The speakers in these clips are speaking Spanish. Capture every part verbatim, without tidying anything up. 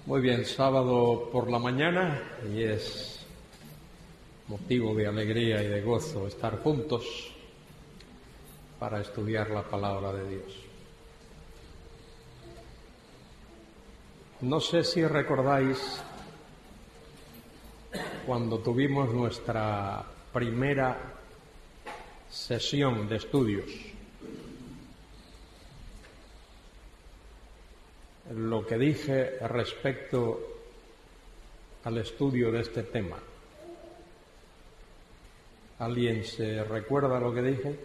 Muy bien, sábado por la mañana y es motivo de alegría y de gozo estar juntos para estudiar la palabra de Dios. No sé si recordáis cuando tuvimos nuestra primera sesión de estudios, lo que dije respecto al estudio de este tema. ¿Alguien se recuerda lo que dije?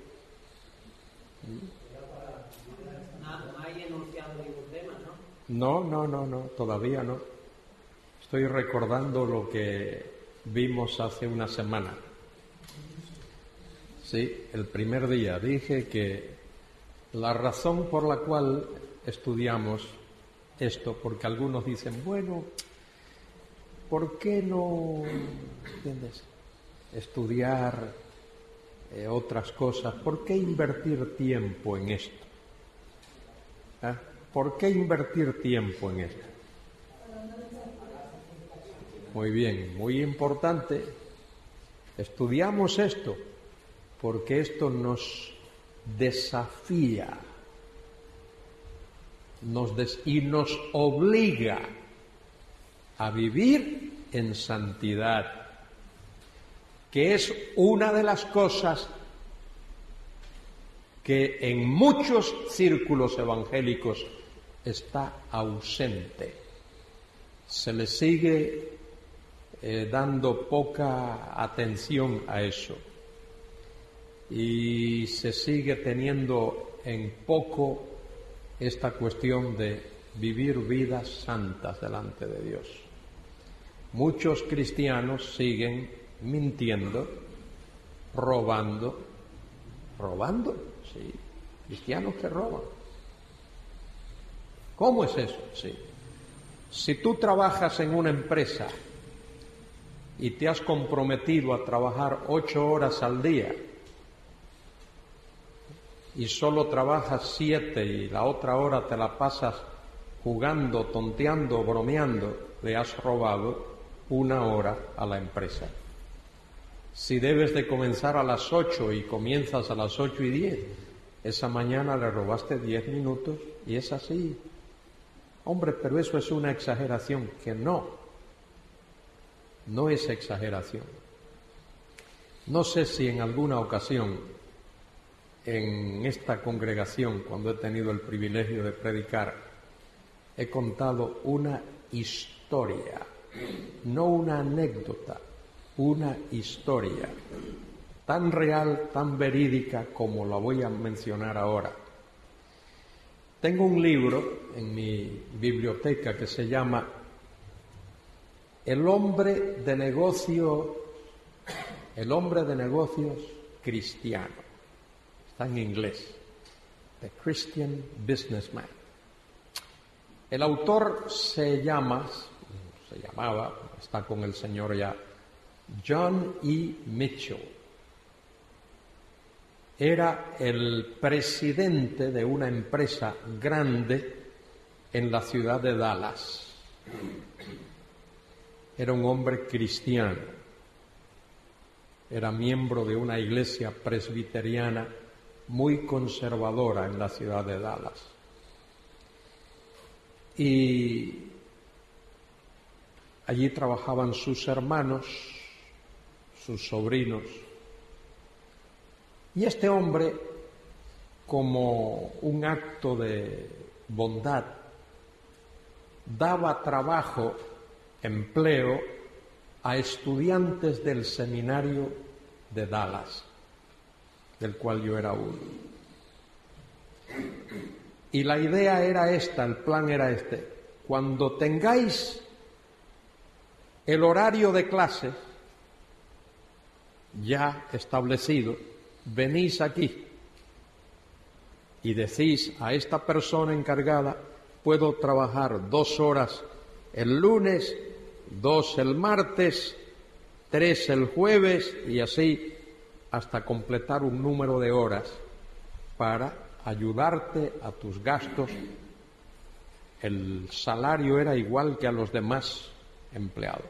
No hay enunciado ningún tema, ¿no? No, no, no, no, todavía no. Estoy recordando lo que vimos hace una semana. Sí, el primer día dije que la razón por la cual estudiamos esto, porque algunos dicen, bueno, ¿por qué no, entiendes, estudiar eh, otras cosas? ¿Por qué invertir tiempo en esto? ¿Eh? ¿Por qué invertir tiempo en esto? Muy bien, muy importante. Estudiamos esto porque esto nos desafía nos des- y nos obliga a vivir en santidad, que es una de las cosas que en muchos círculos evangélicos está ausente. Se le sigue eh, dando poca atención a eso y se sigue teniendo en poco esta cuestión de vivir vidas santas delante de Dios. Muchos cristianos siguen mintiendo, robando, robando, sí, cristianos que roban. ¿Cómo es eso? Sí. Si tú trabajas en una empresa y te has comprometido a trabajar ocho horas al día y solo trabajas siete y la otra hora te la pasas jugando, tonteando, bromeando, le has robado una hora a la empresa. Si debes de comenzar a las ocho y comienzas a las ocho y diez, esa mañana le robaste diez minutos y es así. Hombre, pero eso es una exageración, que no, no es exageración. No sé si en alguna ocasión en esta congregación, cuando he tenido el privilegio de predicar, he contado una historia, no una anécdota, una historia tan real, tan verídica como la voy a mencionar ahora. Tengo un libro en mi biblioteca que se llama El hombre de negocio, el hombre de negocios cristiano. Está en inglés. The Christian Businessman. El autor se llama, se llamaba, está con el Señor ya, John E. Mitchell. Era el presidente de una empresa grande en la ciudad de Dallas. Era un hombre cristiano. Era miembro de una iglesia presbiteriana muy conservadora en la ciudad de Dallas. Y allí trabajaban sus hermanos, sus sobrinos. Y este hombre, como un acto de bondad, daba trabajo, empleo, a estudiantes del seminario de Dallas, del cual yo era uno. Y la idea era esta, el plan era este: cuando tengáis el horario de clases ya establecido, venís aquí y decís a esta persona encargada, puedo trabajar dos horas el lunes, dos el martes, tres el jueves y así hasta completar un número de horas para ayudarte a tus gastos el salario era igual que a los demás empleados.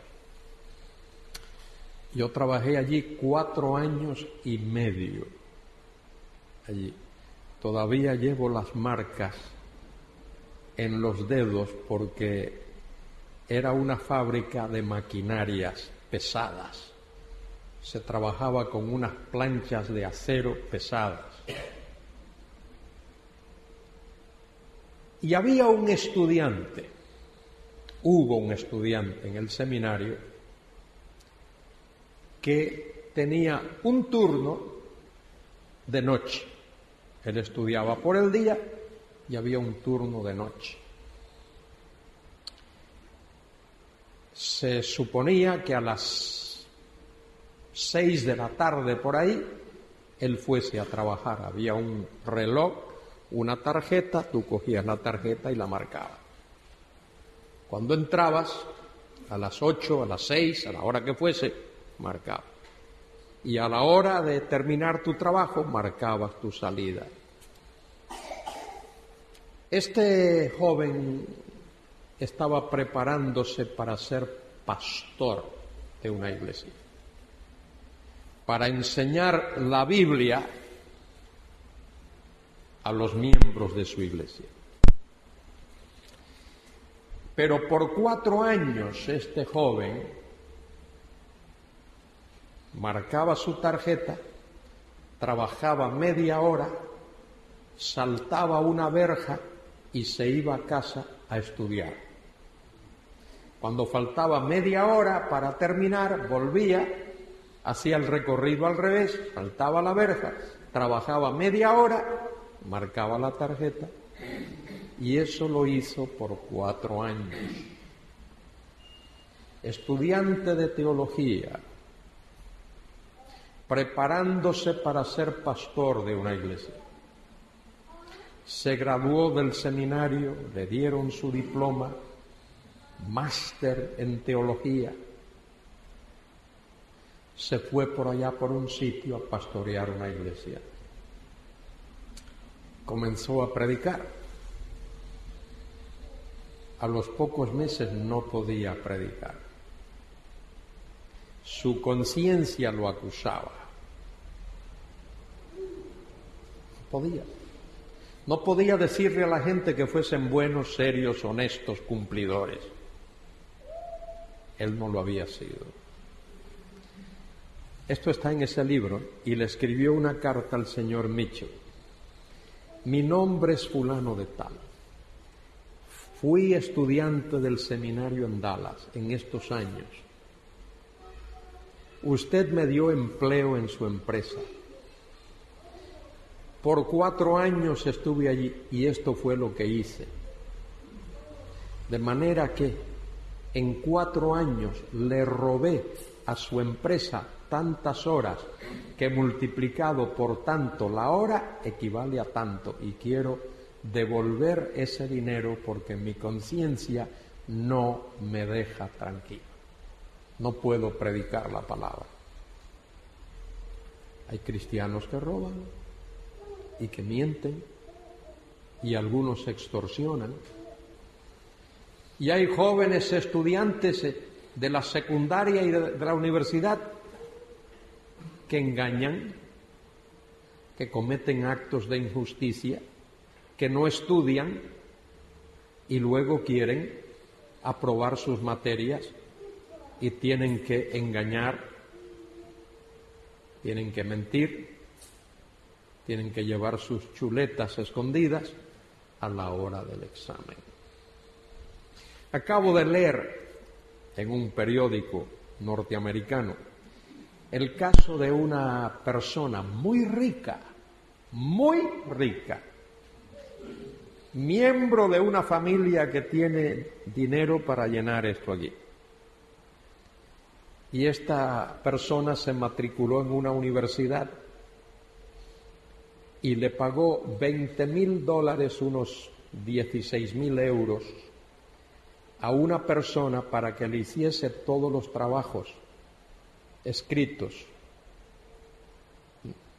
Yo trabajé allí cuatro años y medio. Allí. Todavía llevo las marcas en los dedos porque era una fábrica de maquinarias pesadas. Se trabajaba con unas planchas de acero pesadas. Y había un estudiante, hubo un estudiante en el seminario que tenía un turno de noche. Él estudiaba por el día y había un turno de noche. Se suponía que a las seis de la tarde por ahí él fuese a trabajar. Había un reloj, una tarjeta, tú cogías la tarjeta y la marcabas. Cuando entrabas, a las ocho, a las seis, a la hora que fuese, marcabas. Y a la hora de terminar tu trabajo, marcabas tu salida. Este joven estaba preparándose para ser pastor de una iglesia, para enseñar la Biblia a los miembros de su iglesia. Pero por cuatro años este joven marcaba su tarjeta, trabajaba media hora, saltaba una verja y se iba a casa a estudiar. Cuando faltaba media hora para terminar, volvía, hacía el recorrido al revés, saltaba la verja, trabajaba media hora, marcaba la tarjeta, y eso lo hizo por cuatro años. Estudiante de teología, preparándose para ser pastor de una iglesia. Se graduó del seminario, le dieron su diploma, máster en teología. Se fue por allá por un sitio a pastorear una iglesia. Comenzó a predicar. A los pocos meses no podía predicar. Su conciencia lo acusaba. No podía. No podía decirle a la gente que fuesen buenos, serios, honestos, cumplidores. Él no lo había sido. Esto está en ese libro y le escribió una carta al señor Mitchell. Mi nombre es fulano de tal. Fui estudiante del seminario en Dallas en estos años. Usted me dio empleo en su empresa. Por cuatro años estuve allí y esto fue lo que hice. De manera que en cuatro años le robé a su empresa tantas horas que multiplicado por tanto la hora equivale a tanto, y quiero devolver ese dinero porque mi conciencia no me deja tranquilo. No puedo predicar la palabra. Hay cristianos que roban y que mienten, y algunos extorsionan. Y hay jóvenes estudiantes de la secundaria y de la universidad que engañan, que cometen actos de injusticia, que no estudian y luego quieren aprobar sus materias y tienen que engañar, tienen que mentir, tienen que llevar sus chuletas escondidas a la hora del examen. Acabo de leer en un periódico norteamericano el caso de una persona muy rica, muy rica, miembro de una familia que tiene dinero para llenar esto aquí. Y esta persona se matriculó en una universidad y le pagó veinte mil dólares, unos dieciséis mil euros, a una persona para que le hiciese todos los trabajos escritos,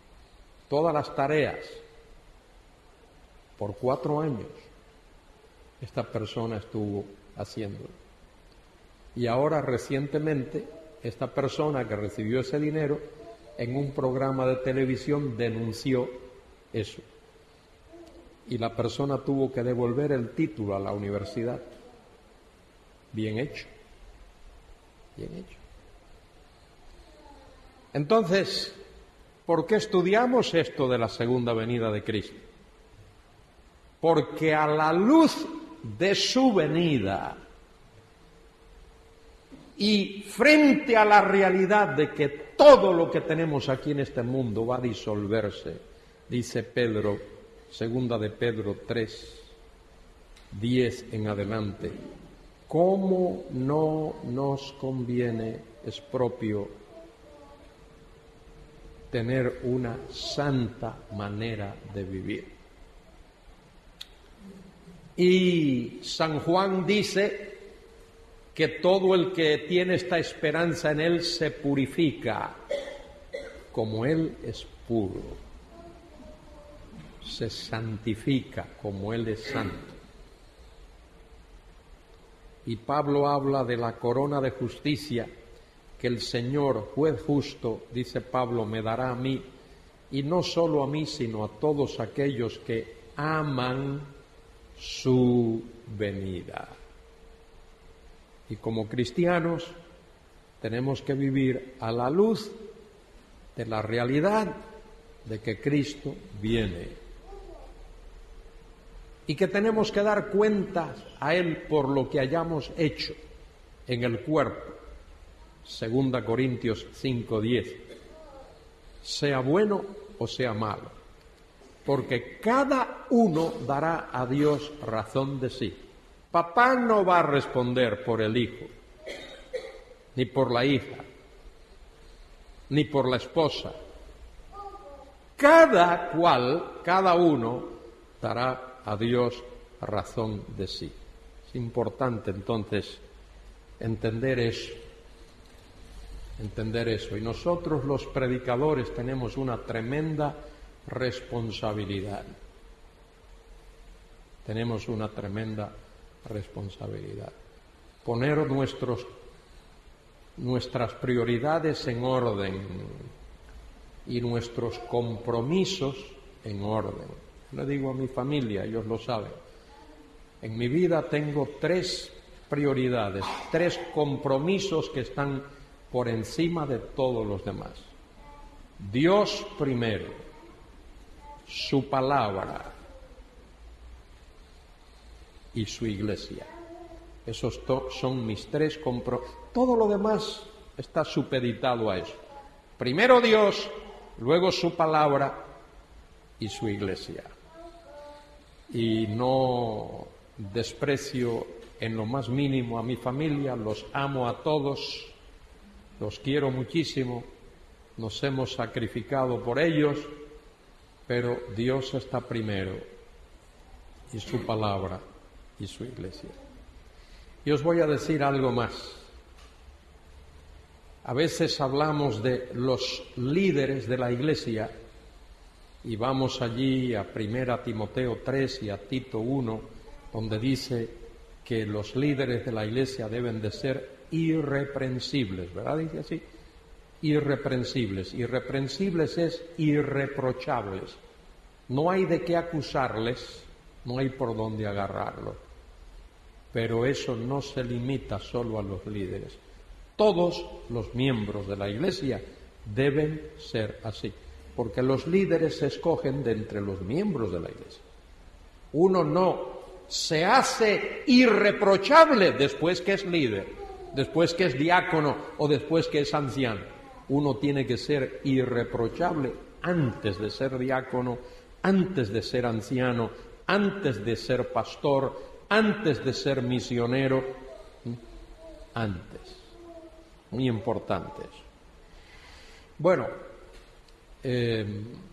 todas las tareas, por cuatro años. esta persona estuvo haciéndolo. Y ahora recientemente esta persona que recibió ese dinero en un programa de televisión denunció eso. Y la persona tuvo que devolver el título a la universidad. Bien hecho. Bien hecho. Entonces, ¿por qué estudiamos esto de la segunda venida de Cristo? Porque a la luz de su venida y frente a la realidad de que todo lo que tenemos aquí en este mundo va a disolverse, dice Pedro, segunda de Pedro tres, diez en adelante, ¿cómo no nos conviene, es propio, tener una santa manera de vivir? Y San Juan dice que todo el que tiene esta esperanza en Él se purifica, como Él es puro, se santifica como Él es santo. Y Pablo habla de la corona de justicia que el Señor, juez justo, dice Pablo, me dará a mí, y no solo a mí, sino a todos aquellos que aman su venida. Y como cristianos tenemos que vivir a la luz de la realidad de que Cristo viene y que tenemos que dar cuentas a Él por lo que hayamos hecho en el cuerpo. Segunda Corintios cinco diez, sea bueno o sea malo, porque cada uno dará a Dios razón de sí. Papá no va a responder por el hijo, ni por la hija, ni por la esposa. Cada cual, cada uno dará a Dios razón de sí. Es importante entonces entender eso, entender eso. Y nosotros los predicadores tenemos una tremenda responsabilidad. Tenemos una tremenda responsabilidad. Poner nuestros, nuestras prioridades en orden y nuestros compromisos en orden. Le digo a mi familia, ellos lo saben. En mi vida tengo tres prioridades, tres compromisos que están por encima de todos los demás. Dios primero, su palabra y su iglesia. Esos son mis tres compromisos. Todo lo demás está supeditado a eso. Primero Dios, luego su palabra y su iglesia. Y no desprecio en lo más mínimo a mi familia, los amo a todos, los quiero muchísimo, nos hemos sacrificado por ellos, pero Dios está primero y su palabra y su iglesia. Y os voy a decir algo más. A veces hablamos de los líderes de la iglesia y vamos allí a primera Timoteo tres y a Tito uno, donde dice que los líderes de la iglesia deben de ser irreprensibles, ¿verdad? Dice así, irreprensibles. Irreprensibles es irreprochables. No hay de qué acusarles, no hay por dónde agarrarlo. Pero eso no se limita solo a los líderes. Todos los miembros de la iglesia deben ser así, porque los líderes se escogen de entre los miembros de la iglesia. Uno no se hace irreprochable después que es líder, después que es diácono o después que es anciano. Uno tiene que ser irreprochable antes de ser diácono, antes de ser anciano, antes de ser pastor, antes de ser misionero, antes. Muy importante eso. Bueno, eh,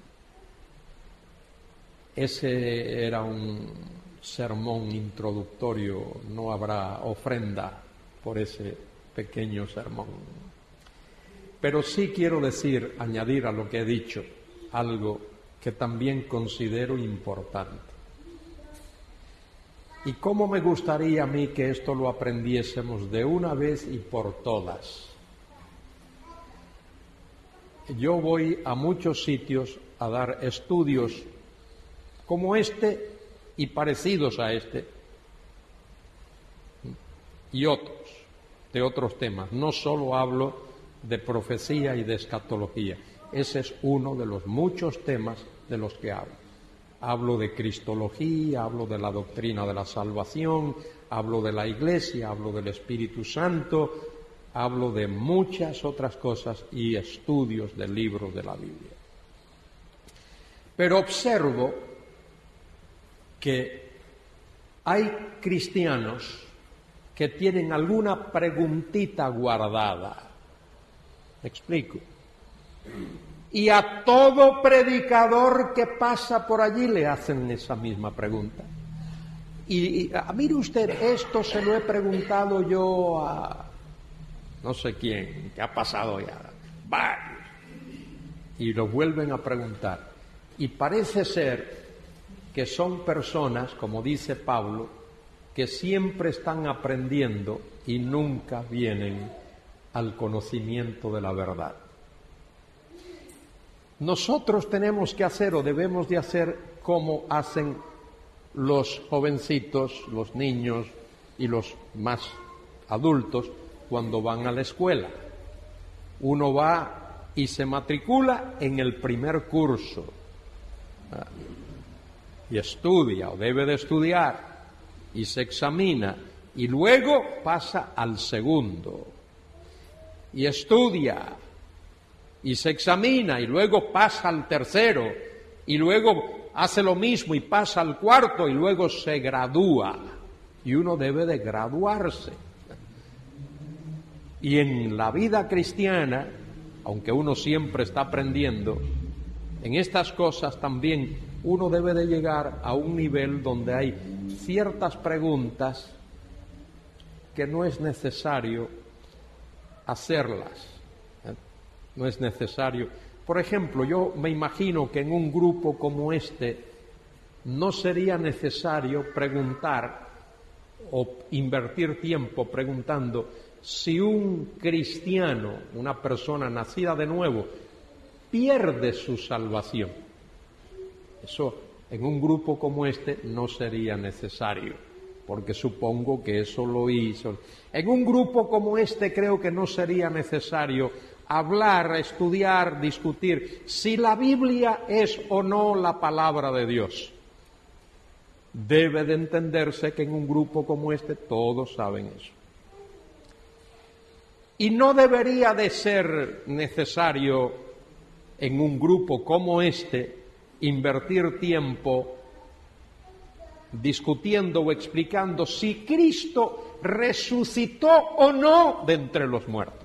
ese era un sermón introductorio, no habrá ofrenda por ese pequeño sermón. Pero sí quiero decir, añadir a lo que he dicho, algo que también considero importante. Y cómo me gustaría a mí que esto lo aprendiésemos de una vez y por todas. Yo voy a muchos sitios a dar estudios como este y parecidos a este y otros, de otros temas. No solo hablo de profecía y de escatología, ese es uno de los muchos temas de los que hablo. Hablo de cristología, hablo de la doctrina de la salvación, hablo de la Iglesia, hablo del Espíritu Santo, hablo de muchas otras cosas y estudios de libros de la Biblia. Pero observo que hay cristianos que tienen alguna preguntita guardada. ¿Me explico? Y a todo predicador que pasa por allí le hacen esa misma pregunta. Y, y a, mire usted, esto se lo he preguntado yo a no sé quién, que ha pasado ya varios. Y lo vuelven a preguntar. Y parece ser que son personas, como dice Pablo, que siempre están aprendiendo y nunca vienen al conocimiento de la verdad. Nosotros tenemos que hacer o debemos de hacer como hacen los jovencitos, los niños y los más adultos cuando van a la escuela. Uno va y se matricula en el primer curso y estudia o debe de estudiar y se examina y luego pasa al segundo y estudia y se examina y luego pasa al tercero y luego hace lo mismo y pasa al cuarto y luego se gradúa y uno debe de graduarse. Y en la vida cristiana, aunque uno siempre está aprendiendo, en estas cosas también uno debe de llegar a un nivel donde hay ciertas preguntas que no es necesario hacerlas. No es necesario. Por ejemplo, yo me imagino que en un grupo como este no sería necesario preguntar o invertir tiempo preguntando si un cristiano, una persona nacida de nuevo, pierde su salvación. Eso en un grupo como este no sería necesario, porque supongo que eso lo hizo. En un grupo como este creo que no sería necesario hablar, estudiar, discutir si la Biblia es o no la palabra de Dios. Debe de entenderse que en un grupo como este todos saben eso. Y no debería de ser necesario en un grupo como este invertir tiempo discutiendo o explicando si Cristo resucitó o no de entre los muertos.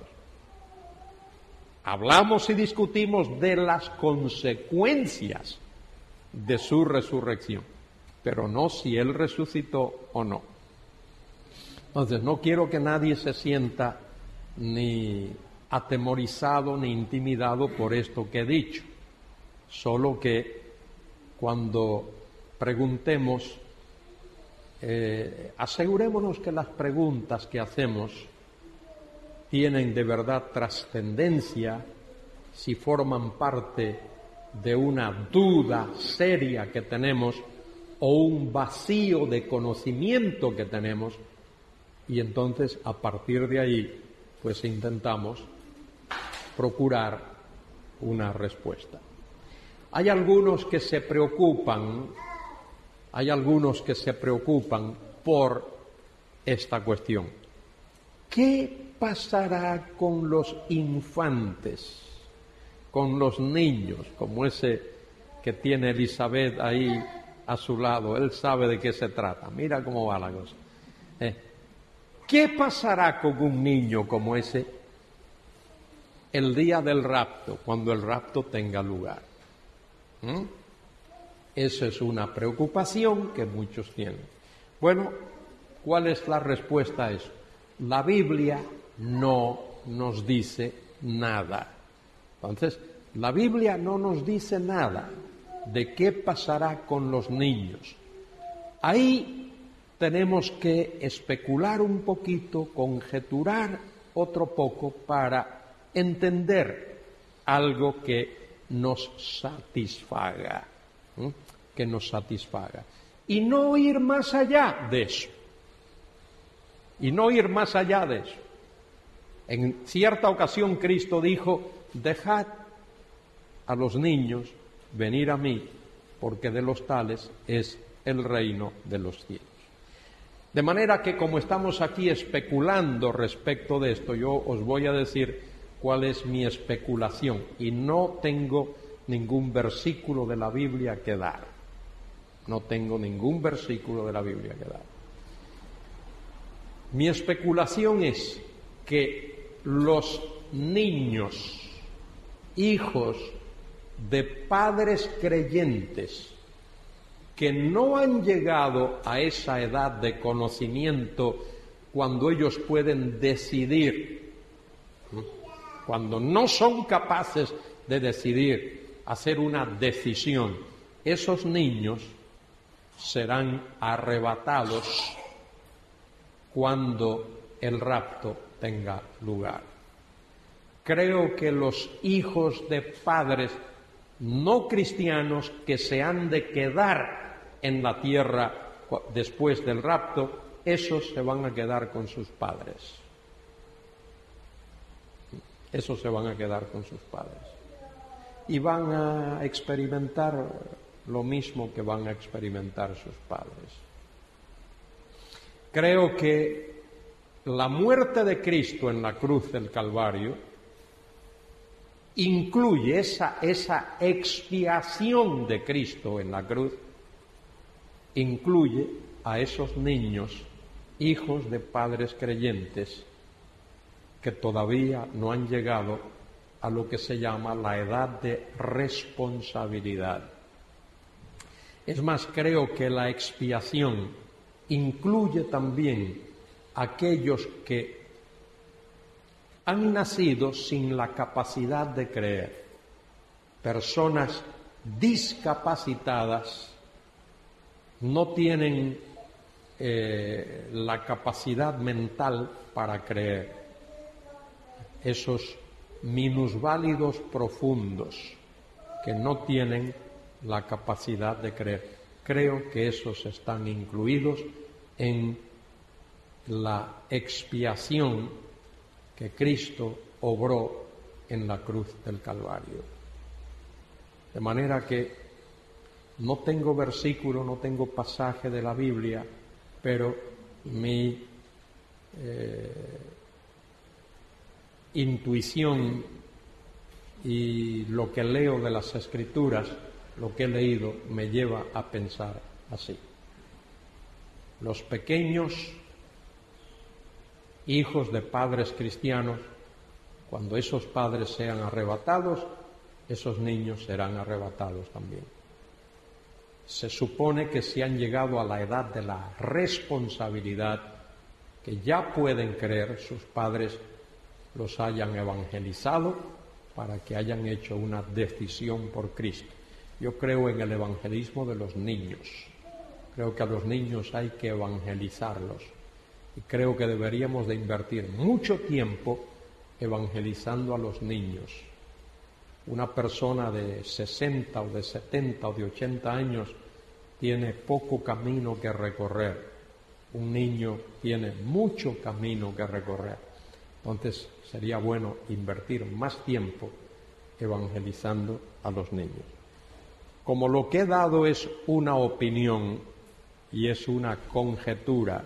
Hablamos y discutimos de las consecuencias de su resurrección, pero no si Él resucitó o no. Entonces, no quiero que nadie se sienta ni atemorizado ni intimidado por esto que he dicho, solo que cuando preguntemos, eh, asegurémonos que las preguntas que hacemos tienen de verdad trascendencia, si forman parte de una duda seria que tenemos o un vacío de conocimiento que tenemos, y entonces a partir de ahí pues intentamos procurar una respuesta. Hay algunos que se preocupan, hay algunos que se preocupan por esta cuestión. ¿Qué pasará con los infantes, con los niños, como ese que tiene Elizabeth ahí a su lado? Él sabe de qué se trata. Mira cómo va la cosa. ¿Eh? ¿Qué pasará con un niño como ese el día del rapto, cuando el rapto tenga lugar? ¿Mm? Esa es una preocupación que muchos tienen. Bueno, ¿cuál es la respuesta a eso? La Biblia no nos dice nada. Entonces, la Biblia no nos dice nada de qué pasará con los niños. Ahí tenemos que especular un poquito, conjeturar otro poco para entender algo que nos satisfaga, ¿eh? que nos satisfaga. Y no ir más allá de eso. Y no ir más allá de eso. En cierta ocasión Cristo dijo, dejad a los niños venir a mí, porque de los tales es el reino de los cielos. De manera que como estamos aquí especulando respecto de esto, yo os voy a decir cuál es mi especulación y no tengo ningún versículo de la Biblia que dar. No tengo ningún versículo de la Biblia que dar. Mi especulación es que los niños, hijos de padres creyentes, que no han llegado a esa edad de conocimiento cuando ellos pueden decidir, cuando no son capaces de decidir, hacer una decisión, esos niños serán arrebatados cuando el rapto tenga lugar. Creo que los hijos de padres no cristianos que se han de quedar en la tierra después del rapto, esos se van a quedar con sus padres. Esos se van a quedar con sus padres. Y van a experimentar lo mismo que van a experimentar sus padres. Creo que la muerte de Cristo en la cruz del Calvario incluye esa, esa expiación de Cristo en la cruz, incluye a esos niños, hijos de padres creyentes, que todavía no han llegado a lo que se llama la edad de responsabilidad. Es más, creo que la expiación incluye también a aquellos que han nacido sin la capacidad de creer, personas discapacitadas, no tienen eh, la capacidad mental para creer, esos minusválidos profundos que no tienen la capacidad de creer. Creo que esos están incluidos en la expiación que Cristo obró en la cruz del Calvario. De manera que no tengo versículo, no tengo pasaje de la Biblia, pero mi eh, intuición y lo que leo de las Escrituras, lo que he leído, me lleva a pensar así. Los pequeños hijos de padres cristianos, cuando esos padres sean arrebatados, esos niños serán arrebatados también. Se supone que si han llegado a la edad de la responsabilidad, que ya pueden creer, sus padres los hayan evangelizado para que hayan hecho una decisión por Cristo. Yo creo en el evangelismo de los niños. Creo que a los niños hay que evangelizarlos. Y creo que deberíamos de invertir mucho tiempo evangelizando a los niños. Una persona de sesenta o de setenta o de ochenta años tiene poco camino que recorrer. Un niño tiene mucho camino que recorrer. Entonces sería bueno invertir más tiempo evangelizando a los niños. Como lo que he dado es una opinión y es una conjetura,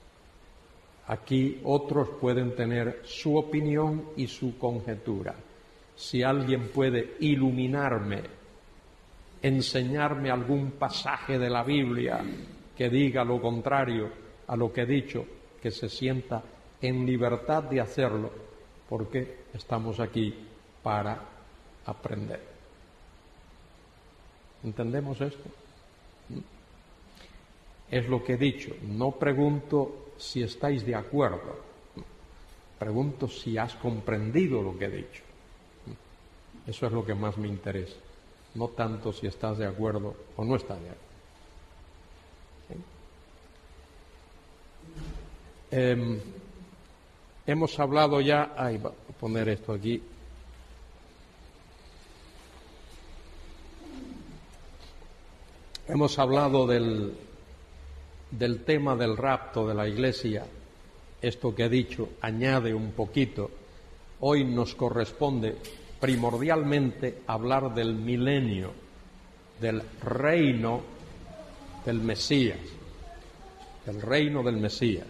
aquí otros pueden tener su opinión y su conjetura. Si alguien puede iluminarme, enseñarme algún pasaje de la Biblia que diga lo contrario a lo que he dicho, que se sienta en libertad de hacerlo, porque estamos aquí para aprender. ¿Entendemos esto? Es lo que he dicho. No pregunto si estáis de acuerdo. Pregunto si has comprendido lo que he dicho. Eso es lo que más me interesa. No tanto si estás de acuerdo o no estás de acuerdo. ¿Sí? Eh, hemos hablado ya, ay, voy a poner esto aquí. Hemos hablado del, del tema del rapto de la Iglesia. Esto que he dicho añade un poquito. Hoy nos corresponde primordialmente hablar del milenio, del reino del Mesías, del reino del Mesías.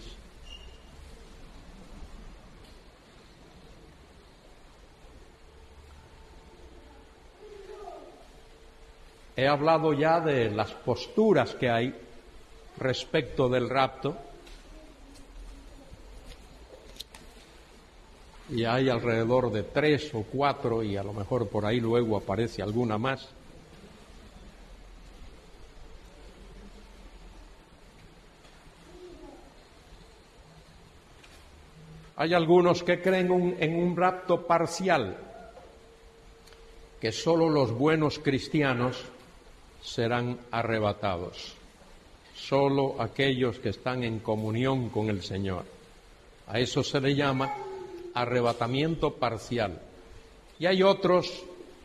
He hablado ya de las posturas que hay respecto del rapto, y hay alrededor de tres o cuatro, y a lo mejor por ahí luego aparece alguna más. Hay algunos que creen un, en un rapto parcial, que solo los buenos cristianos serán arrebatados, solo aquellos que están en comunión con el Señor. A eso se le llama arrebatamiento parcial. Y hay otros,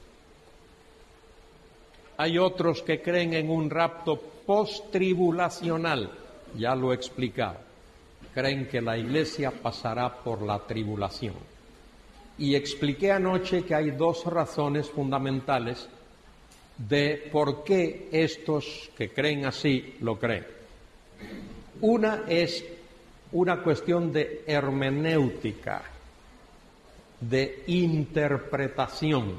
hay otros que creen en un rapto postribulacional, ya lo he explicado. Creen que la Iglesia pasará por la tribulación. Y expliqué anoche que hay dos razones fundamentales de por qué estos que creen así lo creen. Una es una cuestión de hermenéutica, de interpretación,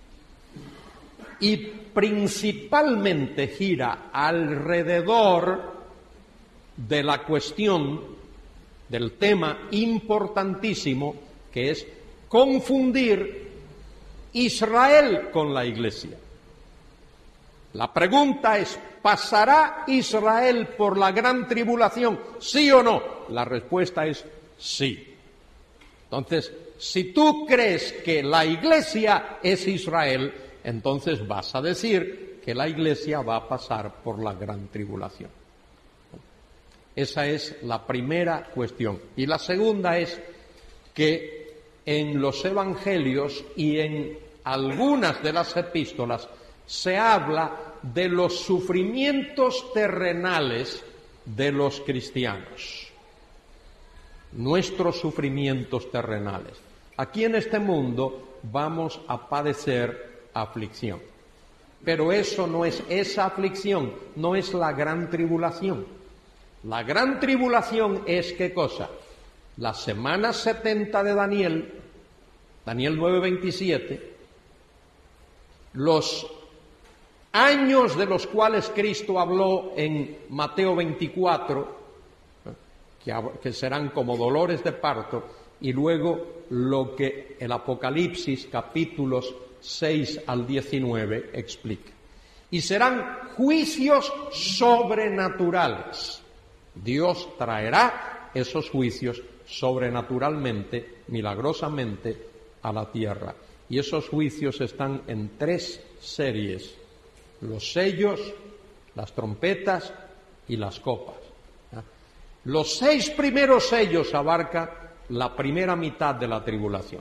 y principalmente gira alrededor de la cuestión del tema importantísimo que es confundir Israel con la Iglesia. La pregunta es, ¿pasará Israel por la gran tribulación? ¿Sí o no? La respuesta es sí. Entonces, si tú crees que la Iglesia es Israel, entonces vas a decir que la Iglesia va a pasar por la gran tribulación. Esa es la primera cuestión. Y la segunda es que en los evangelios y en algunas de las epístolas se habla de los sufrimientos terrenales de los cristianos, nuestros sufrimientos terrenales. Aquí en este mundo vamos a padecer aflicción, pero eso no es, esa aflicción no es la gran tribulación. La gran tribulación es, ¿qué cosa? La semana setenta de Daniel, Daniel nueve veintisiete, los años de los cuales Cristo habló en Mateo veinticuatro, que, que serán como dolores de parto, y luego lo que el Apocalipsis, capítulos seis al diecinueve, explica. Y serán juicios sobrenaturales. Dios traerá esos juicios sobrenaturalmente, milagrosamente, a la tierra. Y esos juicios están en tres series: los sellos, las trompetas y las copas. Los seis primeros sellos abarcan la primera mitad de la tribulación.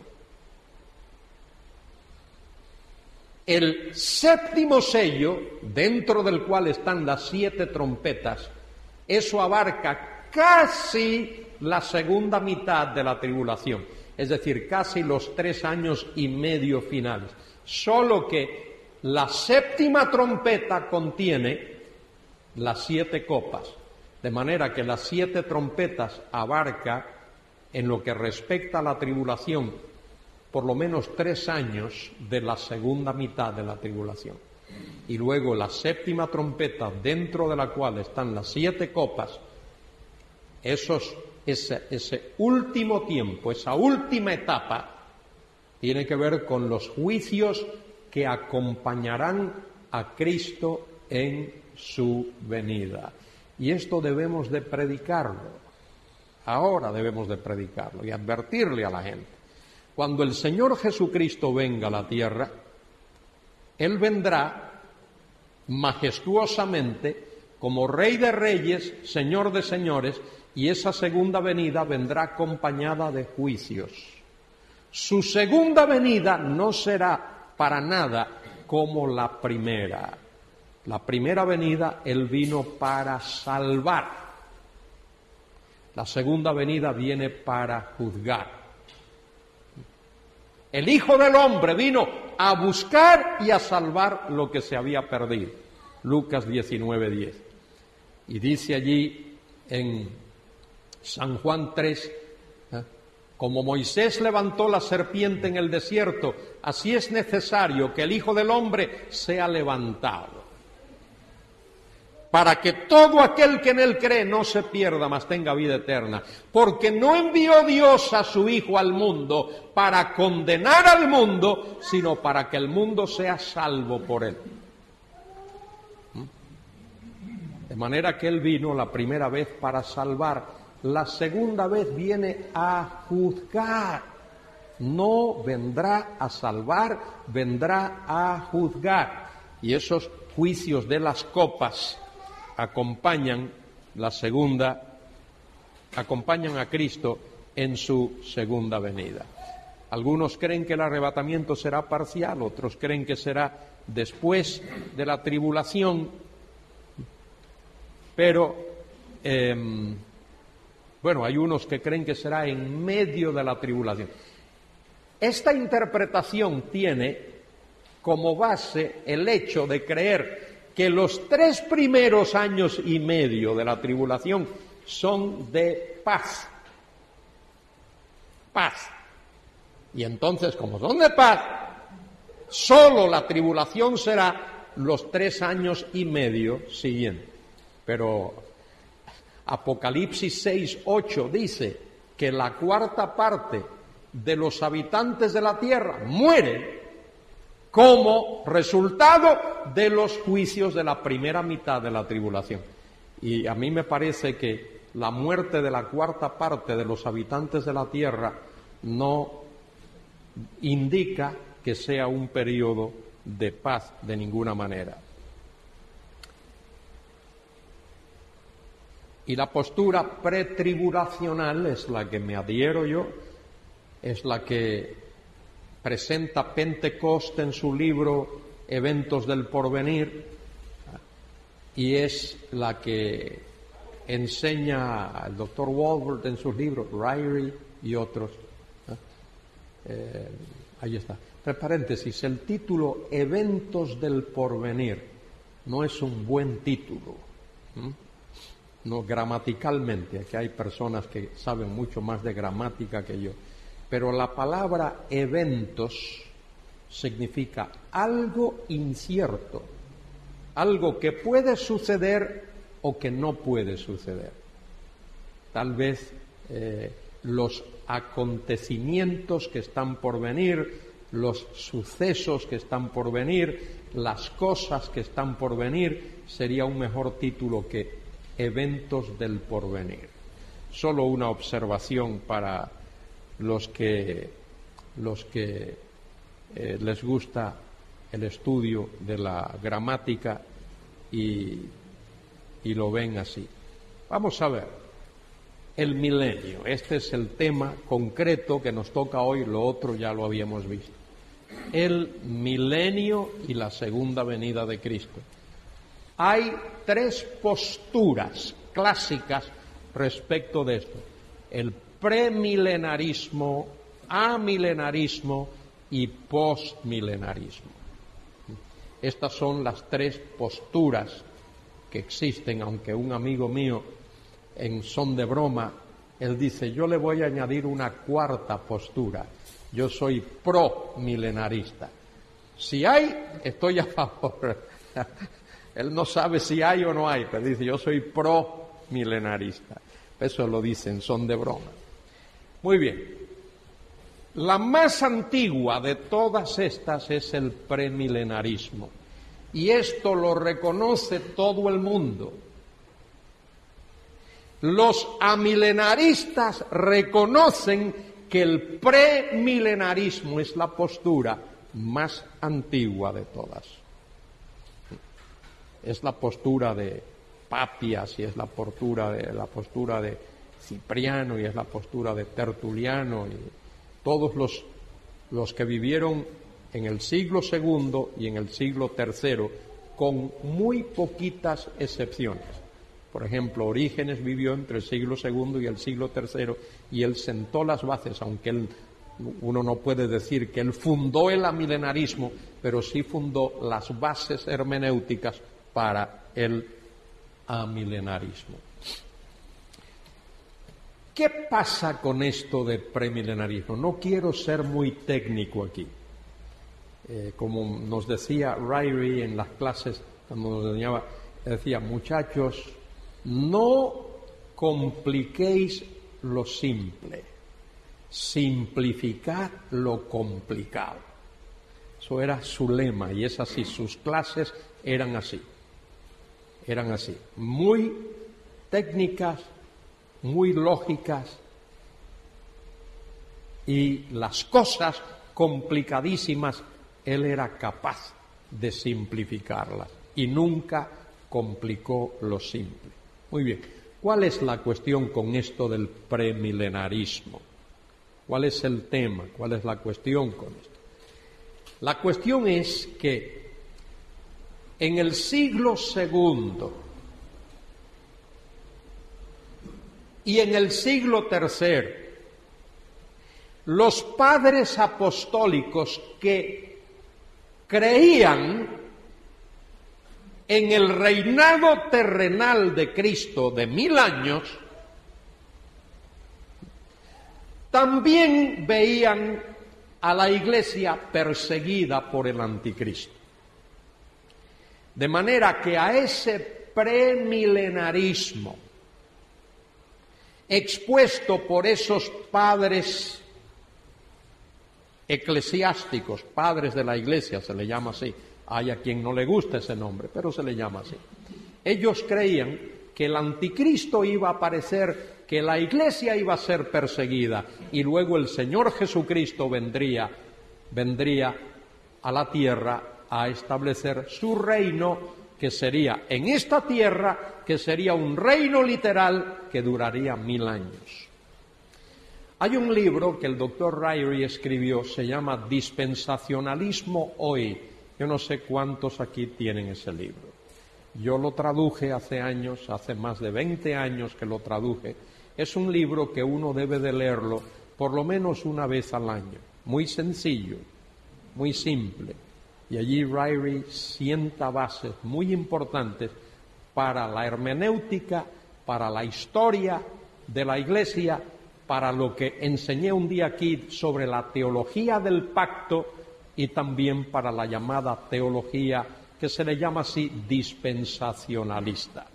El séptimo sello, dentro del cual están las siete trompetas, eso abarca casi la segunda mitad de la tribulación, es decir, casi los tres años y medio finales. Solo que la séptima trompeta contiene las siete copas, de manera que las siete trompetas abarca, en lo que respecta a la tribulación, por lo menos tres años de la segunda mitad de la tribulación. Y luego la séptima trompeta, dentro de la cual están las siete copas, esos, ese, ese último tiempo, esa última etapa, tiene que ver con los juicios que acompañarán a Cristo en su venida. Y esto debemos de predicarlo. Ahora debemos de predicarlo y advertirle a la gente. Cuando el Señor Jesucristo venga a la tierra, Él vendrá majestuosamente como Rey de Reyes, Señor de Señores, y esa segunda venida vendrá acompañada de juicios. Su segunda venida no será para nada como la primera. La primera venida, Él vino para salvar. La segunda venida viene para juzgar. El Hijo del Hombre vino a buscar y a salvar lo que se había perdido. Lucas diecinueve diez. Y dice allí en San Juan tres, ¿eh? Como Moisés levantó la serpiente en el desierto, así es necesario que el Hijo del Hombre sea levantado, para que todo aquel que en Él cree no se pierda, mas tenga vida eterna. Porque no envió Dios a su Hijo al mundo para condenar al mundo, sino para que el mundo sea salvo por Él. De manera que Él vino la primera vez para salvar, la segunda vez viene a juzgar. No vendrá a salvar, vendrá a juzgar. Y esos juicios de las copas acompañan la segunda, acompañan a Cristo en su segunda venida. Algunos creen que el arrebatamiento será parcial, otros creen que será después de la tribulación, pero eh, bueno, hay unos que creen que será en medio de la tribulación. Esta interpretación tiene como base el hecho de creer que los tres primeros años y medio de la tribulación son de paz. Paz. Y entonces, como son de paz, solo la tribulación será los tres años y medio siguientes. Pero Apocalipsis seis ocho dice que la cuarta parte de los habitantes de la tierra mueren como resultado de los juicios de la primera mitad de la tribulación. Y a mí me parece que la muerte de la cuarta parte de los habitantes de la tierra no indica que sea un periodo de paz de ninguna manera. Y la postura pretribulacional es la que me adhiero yo, es la que presenta Pentecost en su libro Eventos del Porvenir, y es la que enseña el doctor Walvoord en sus libros, Ryrie y otros. Eh, ahí está. Entre paréntesis, el título Eventos del Porvenir no es un buen título. ¿Mm? No gramaticalmente, que hay personas que saben mucho más de gramática que yo, pero la palabra eventos significa algo incierto, algo que puede suceder o que no puede suceder. Tal vez eh, los acontecimientos que están por venir, los sucesos que están por venir, las cosas que están por venir, sería un mejor título que eventos del porvenir. Solo una observación para los que, los que eh, les gusta el estudio de la gramática y, y lo ven así. Vamos a ver, el milenio. Este es el tema concreto que nos toca hoy, lo otro ya lo habíamos visto. El milenio y la segunda venida de Cristo. Hay tres posturas clásicas respecto de esto: el premilenarismo, amilenarismo y postmilenarismo. Estas son las tres posturas que existen, aunque un amigo mío, en son de broma, él dice: yo le voy a añadir una cuarta postura, yo soy pro-milenarista. Si hay, estoy a favor. Él no sabe si hay o no hay, pero dice: yo soy pro-milenarista. Eso lo dicen, son de broma. Muy bien. La más antigua de todas estas es el premilenarismo. Y esto lo reconoce todo el mundo. Los amilenaristas reconocen que el premilenarismo es la postura más antigua de todas. Es la postura de Papias y es la postura de, la postura de Cipriano y es la postura de Tertuliano y todos los, los que vivieron en el siglo segundo y en el siglo tercero, con muy poquitas excepciones. Por ejemplo, Orígenes vivió entre el siglo segundo y el siglo tercero y él sentó las bases, aunque él, uno no puede decir que él fundó el amilenarismo, pero sí fundó las bases hermenéuticas para el amilenarismo. ¿Qué pasa con esto de premilenarismo? No quiero ser muy técnico aquí. Eh, como nos decía Ryrie en las clases, cuando nos enseñaba, decía, muchachos, no compliquéis lo simple, simplificad lo complicado. Eso era su lema y es así, sus clases eran así, eran así, muy técnicas, muy lógicas y las cosas complicadísimas él era capaz de simplificarlas y nunca complicó lo simple. Muy bien, ¿cuál es la cuestión con esto del premilenarismo? ¿Cuál es el tema? ¿Cuál es la cuestión con esto? La cuestión es que en el siglo segundo y en el siglo tercero, los padres apostólicos que creían en el reinado terrenal de Cristo de mil años, también veían a la Iglesia perseguida por el anticristo. De manera que a ese premilenarismo expuesto por esos padres eclesiásticos, padres de la Iglesia, se le llama así, hay a quien no le gusta ese nombre, pero se le llama así. Ellos creían que el anticristo iba a aparecer, que la Iglesia iba a ser perseguida y luego el Señor Jesucristo vendría, vendría a la tierra a establecer su reino, que sería en esta tierra, que sería un reino literal que duraría mil años. Hay un libro que el doctor Ryrie escribió, se llama Dispensacionalismo Hoy. Yo no sé cuántos aquí tienen ese libro. Yo lo traduje hace años, hace más de veinte años que lo traduje. Es un libro que uno debe de leerlo por lo menos una vez al año. Muy sencillo, muy simple. Y allí Ryrie sienta bases muy importantes para la hermenéutica, para la historia de la Iglesia, para lo que enseñé un día aquí sobre la teología del pacto y también para la llamada teología que se le llama así dispensacionalista.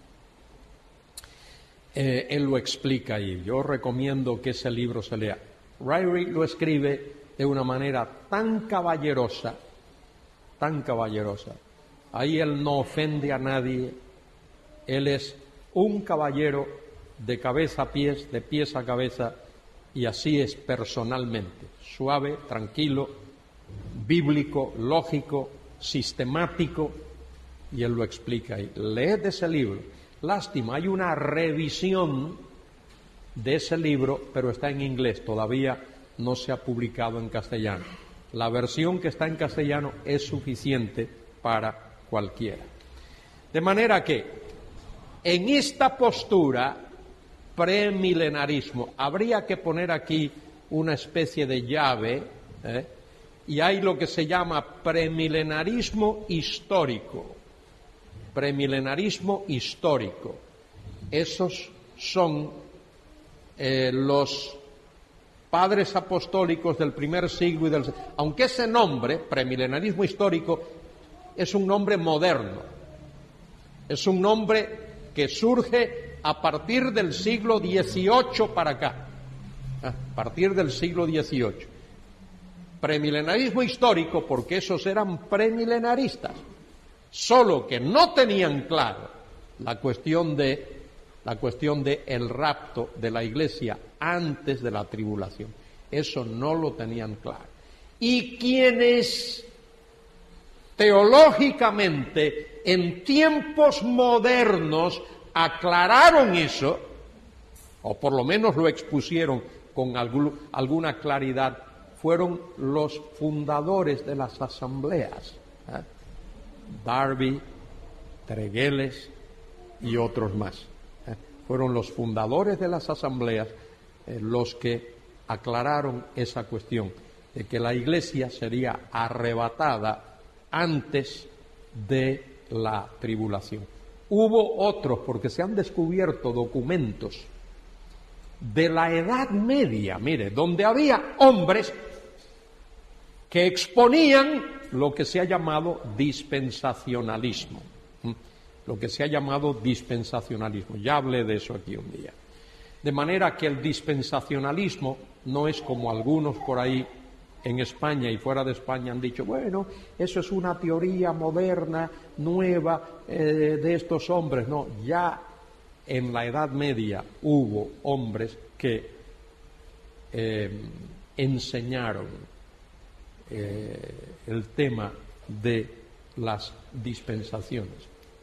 Eh, él lo explica ahí. Yo recomiendo que ese libro se lea. Ryrie lo escribe de una manera tan caballerosa, tan caballerosa. Ahí él no ofende a nadie. Él es un caballero de cabeza a pies, de pies a cabeza, y así es personalmente, suave, tranquilo, bíblico, lógico, sistemático, y él lo explica ahí. Leed ese libro. Lástima, hay una revisión de ese libro, pero está en inglés, todavía no se ha publicado en castellano. La versión que está en castellano es suficiente para cualquiera. De manera que, en esta postura premilenarismo, habría que poner aquí una especie de llave, ¿eh? Y hay lo que se llama premilenarismo histórico. Premilenarismo histórico. Esos son eh, los padres apostólicos del primer siglo y del... Aunque ese nombre, premilenarismo histórico, es un nombre moderno. Es un nombre que surge a partir del siglo dieciocho para acá, a partir del siglo dieciocho. Premilenarismo histórico porque esos eran premilenaristas, solo que no tenían claro la cuestión de la cuestión de el rapto de la Iglesia antes de la tribulación. Eso no lo tenían claro. Y quienes teológicamente en tiempos modernos aclararon eso, o por lo menos lo expusieron con algún, alguna claridad, fueron los fundadores de las asambleas, ¿eh? Darby, Tregelles y otros más. ¿eh? Fueron los fundadores de las asambleas eh, los que aclararon esa cuestión de que la Iglesia sería arrebatada antes de la tribulación. Hubo otros, porque se han descubierto documentos de la Edad Media, mire, donde había hombres que exponían lo que se ha llamado dispensacionalismo, ¿eh? lo que se ha llamado dispensacionalismo. Ya hablé de eso aquí un día. De manera que el dispensacionalismo no es como algunos por ahí en España y fuera de España han dicho, bueno, eso es una teoría moderna, nueva, eh, de estos hombres. No, ya en la Edad Media hubo hombres que eh, enseñaron eh, el tema de las dispensaciones.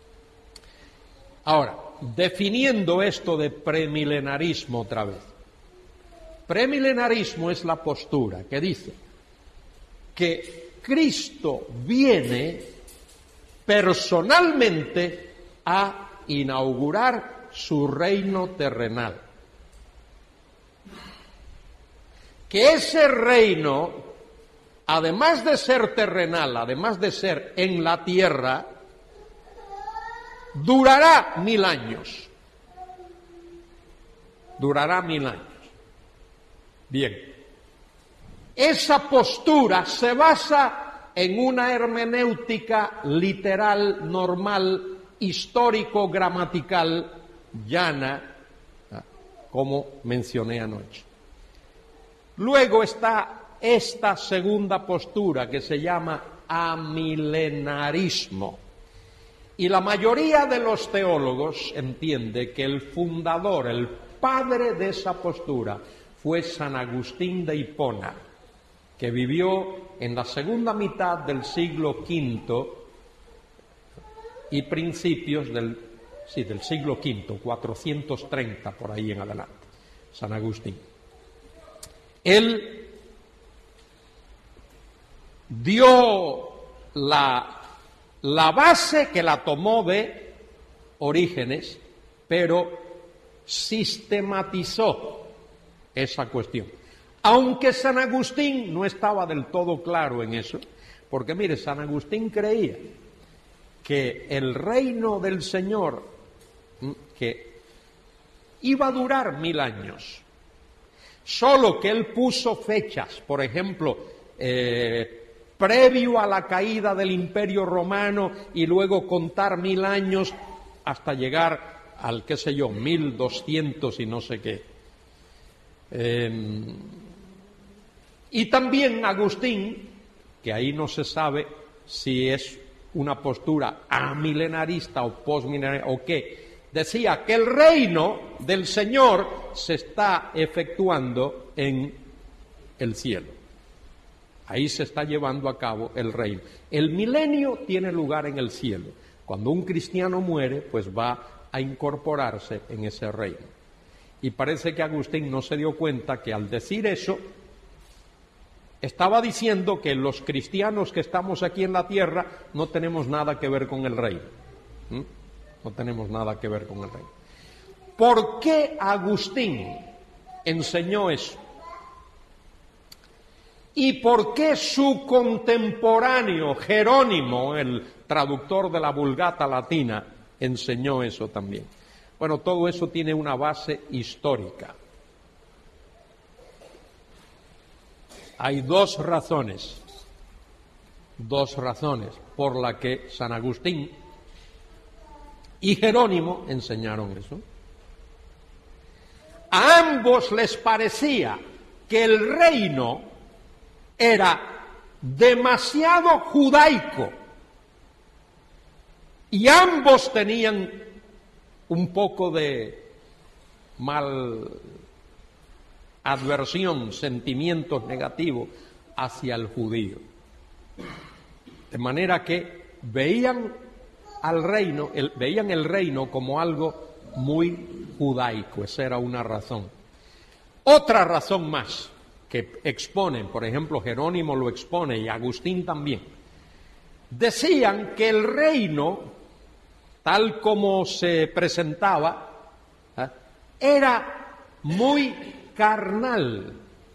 Ahora, definiendo esto de premilenarismo otra vez. Premilenarismo es la postura que dice que Cristo viene personalmente a inaugurar su reino terrenal. Que ese reino, además de ser terrenal, además de ser en la tierra, durará mil años. Durará mil años. Bien. Esa postura se basa en una hermenéutica literal, normal, histórico-gramatical, llana, como mencioné anoche. Luego está esta segunda postura que se llama amilenarismo. Y la mayoría de los teólogos entiende que el fundador, el padre de esa postura, fue San Agustín de Hipona, que vivió en la segunda mitad del siglo quinto y principios del, sí, del siglo quinto, cuatrocientos treinta, por ahí en adelante, San Agustín. Él dio la, la base que la tomó de Orígenes, pero sistematizó esa cuestión. Aunque San Agustín no estaba del todo claro en eso, porque mire, San Agustín creía que el reino del Señor, que iba a durar mil años, solo que él puso fechas, por ejemplo, eh, previo a la caída del Imperio Romano y luego contar mil años hasta llegar al, qué sé yo, mil doscientos y no sé qué. Eh, y también Agustín, que ahí no se sabe si es una postura amilenarista o postmilenarista o qué, decía que el reino del Señor se está efectuando en el cielo. Ahí se está llevando a cabo el reino. El milenio tiene lugar en el cielo. Cuando un cristiano muere, pues va a incorporarse en ese reino. Y parece que Agustín no se dio cuenta que al decir eso, estaba diciendo que los cristianos que estamos aquí en la tierra no tenemos nada que ver con el reino. ¿Mm? No tenemos nada que ver con el reino. ¿Por qué Agustín enseñó eso? ¿Y por qué su contemporáneo Jerónimo, el traductor de la Vulgata latina, enseñó eso también? Bueno, todo eso tiene una base histórica. Hay dos razones, dos razones por las que San Agustín y Jerónimo enseñaron eso. A ambos les parecía que el reino era demasiado judaico y ambos tenían un poco de mal adversión, sentimientos negativos hacia el judío. De manera que veían al reino, el, veían el reino como algo muy judaico, esa era una razón. Otra razón más que exponen, por ejemplo, Jerónimo lo expone y Agustín también, decían que el reino, tal como se presentaba, ¿eh? era muy carnal,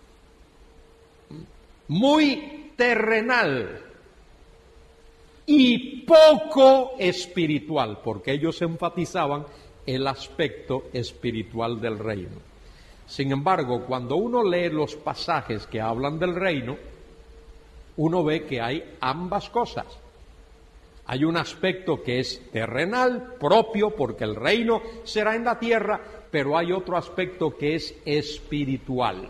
muy terrenal y poco espiritual, porque ellos enfatizaban el aspecto espiritual del reino. Sin embargo, cuando uno lee los pasajes que hablan del reino, uno ve que hay ambas cosas. Hay un aspecto que es terrenal, propio, porque el reino será en la tierra, pero hay otro aspecto que es espiritual.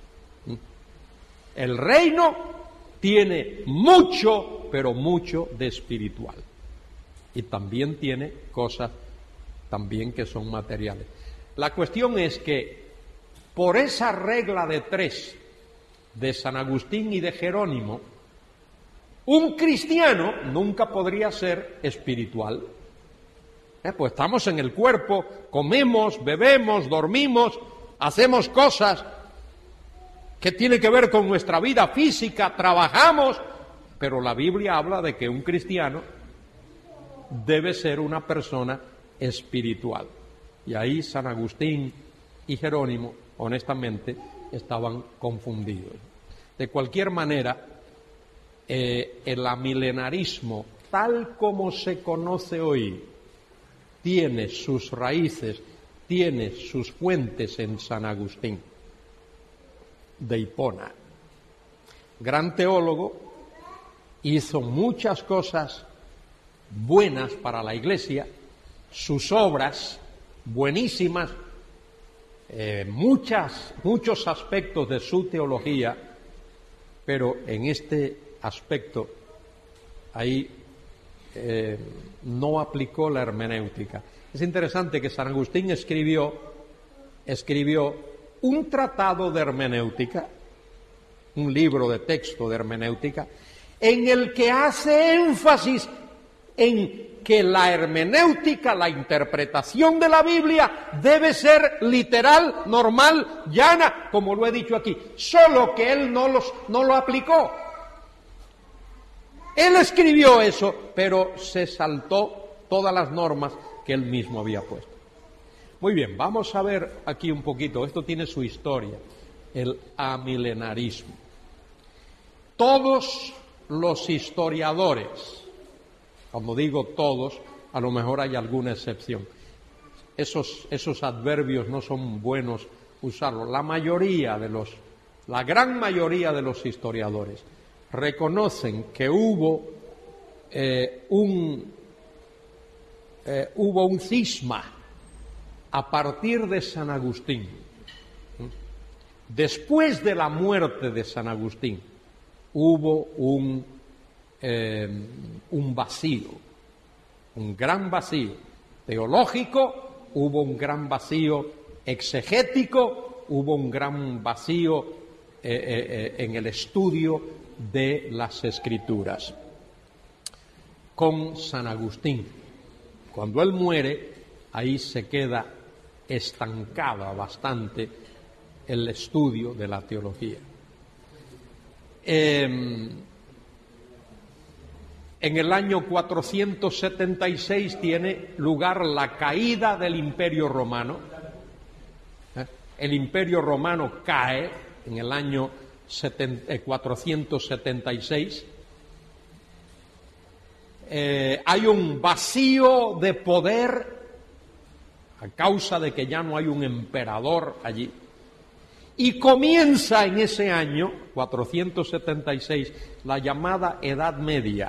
El reino tiene mucho, pero mucho de espiritual. Y también tiene cosas también que son materiales. La cuestión es que por esa regla de tres de San Agustín y de Jerónimo, un cristiano nunca podría ser espiritual. Eh, pues estamos en el cuerpo, comemos, bebemos, dormimos, hacemos cosas que tienen que ver con nuestra vida física, trabajamos, pero la Biblia habla de que un cristiano debe ser una persona espiritual. Y ahí San Agustín y Jerónimo, honestamente, estaban confundidos. De cualquier manera, eh, el amilenarismo, tal como se conoce hoy, tiene sus raíces, tiene sus fuentes en San Agustín de Hipona. Gran teólogo, hizo muchas cosas buenas para la Iglesia, sus obras buenísimas, eh, muchas, muchos aspectos de su teología, pero en este aspecto ahí eh, no aplicó la hermenéutica. Es interesante que San Agustín escribió, escribió un tratado de hermenéutica, un libro de texto de hermenéutica, en el que hace énfasis en que la hermenéutica, la interpretación de la Biblia, debe ser literal, normal, llana, como lo he dicho aquí, solo que él no, los, no lo aplicó. Él escribió eso, pero se saltó todas las normas que él mismo había puesto. Muy bien, vamos a ver aquí un poquito, esto tiene su historia, el amilenarismo. Todos los historiadores, cuando digo todos, a lo mejor hay alguna excepción, esos, esos adverbios no son buenos usarlos. La mayoría de los, la gran mayoría de los historiadores reconocen que hubo eh, un eh, hubo un cisma a partir de San Agustín. Después de la muerte de San Agustín hubo un eh, un vacío, un gran vacío teológico, hubo un gran vacío exegético, hubo un gran vacío eh, eh, en el estudio de las Escrituras. Con San Agustín, cuando él muere, ahí se queda estancada bastante el estudio de la teología. Eh, en el año cuatrocientos setenta y seis tiene lugar la caída del Imperio Romano. ¿Eh? El Imperio Romano cae en el año cuatrocientos setenta y seis. Eh, hay un vacío de poder a causa de que ya no hay un emperador allí. Y comienza en ese año, cuatrocientos setenta y seis, la llamada Edad Media,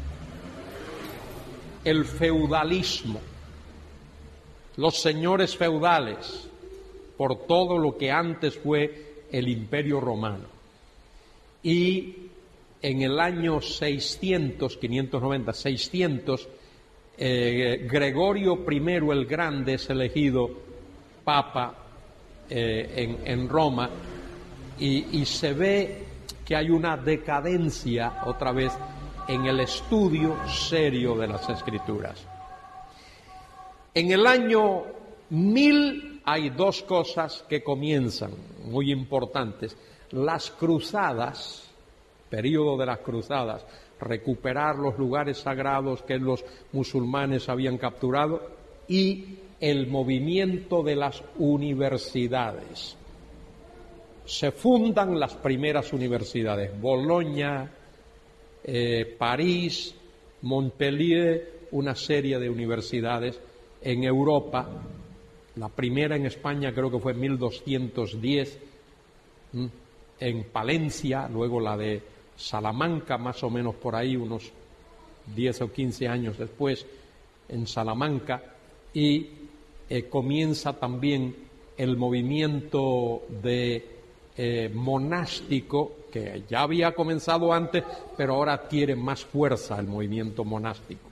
el feudalismo, los señores feudales, por todo lo que antes fue el Imperio Romano. Y en el año seiscientos, quinientos noventa, seiscientos, eh, Gregorio primero el Grande es elegido Papa eh, en, en Roma y, y se ve que hay una decadencia otra vez en el estudio serio de las Escrituras. En el año Mil, hay dos cosas que comienzan, muy importantes. Las cruzadas, periodo de las cruzadas, recuperar los lugares sagrados que los musulmanes habían capturado, y el movimiento de las universidades. Se fundan las primeras universidades, Bolonia, eh, París, Montpellier, una serie de universidades en Europa. La primera en España creo que fue en mil doscientos diez, ¿m? en Palencia, luego la de Salamanca, más o menos por ahí, unos diez o quince años después, en Salamanca, y eh, comienza también el movimiento de eh, monástico, que ya había comenzado antes, pero ahora adquiere más fuerza el movimiento monástico.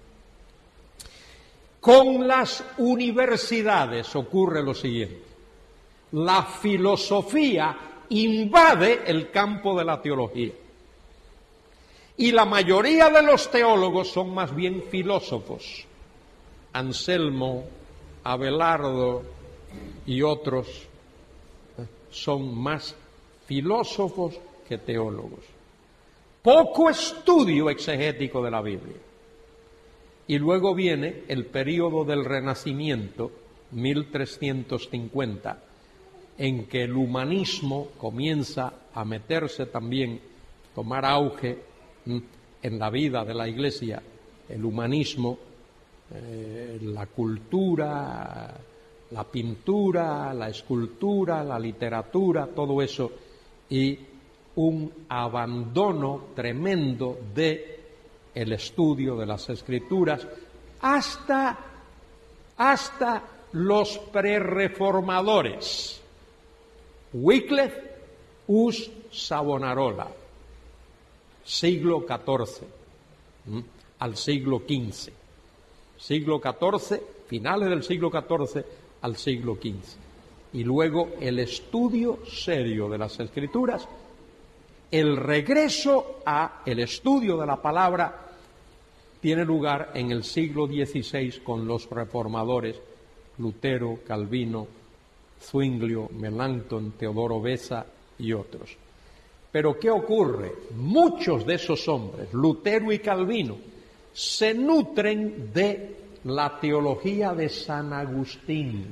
Con las universidades ocurre lo siguiente: la filosofía invade el campo de la teología. Y la mayoría de los teólogos son más bien filósofos. Anselmo, Abelardo y otros son más filósofos que teólogos. Poco estudio exegético de la Biblia. Y luego viene el período del Renacimiento, mil trescientos cincuenta, en que el humanismo comienza a meterse también, tomar auge en la vida de la Iglesia, el humanismo, eh, la cultura, la pintura, la escultura, la literatura, todo eso, y un abandono tremendo de el estudio de las Escrituras hasta, hasta los prerreformadores. Wycliffe, Hus, Savonarola, siglo catorce, ¿m? al siglo quince. Siglo catorce, finales del siglo catorce al siglo quince. Y luego el estudio serio de las Escrituras, el regreso a el estudio de la palabra, tiene lugar en el siglo dieciséis con los reformadores Lutero, Calvino, Zwinglio, Melanchthon, Teodoro Beza y otros. Pero ¿qué ocurre? Muchos de esos hombres, Lutero y Calvino, se nutren de la teología de San Agustín.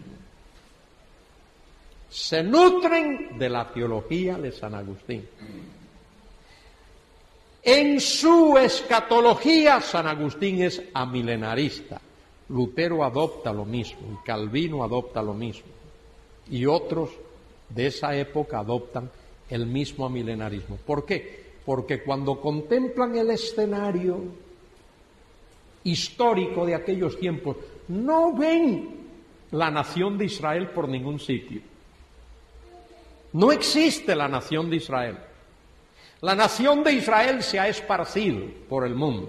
Se nutren de la teología de San Agustín. En su escatología, San Agustín es amilenarista. Lutero adopta lo mismo, y Calvino adopta lo mismo. Y otros de esa época adoptan el mismo amilenarismo. ¿Por qué? Porque cuando contemplan el escenario histórico de aquellos tiempos, no ven la nación de Israel por ningún sitio. No existe la nación de Israel. La nación de Israel se ha esparcido por el mundo.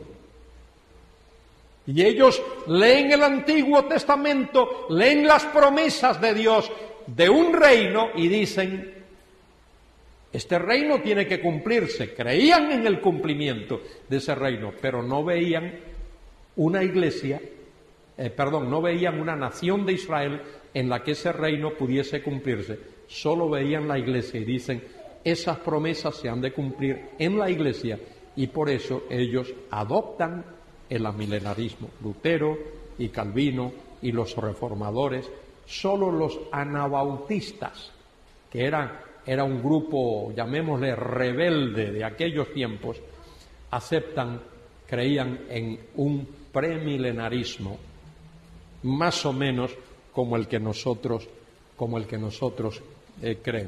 Y ellos leen el Antiguo Testamento, leen las promesas de Dios de un reino y dicen, este reino tiene que cumplirse. Creían en el cumplimiento de ese reino, pero no veían una iglesia, eh, perdón, no veían una nación de Israel en la que ese reino pudiese cumplirse. Solo veían la iglesia y dicen, esas promesas se han de cumplir en la iglesia, y por eso ellos adoptan el amilenarismo. Lutero y Calvino y los reformadores. Solo los anabautistas, que eran, era un grupo, llamémosle rebelde de aquellos tiempos, aceptan, creían en un premilenarismo más o menos como el que nosotros, como el que nosotros eh, creemos.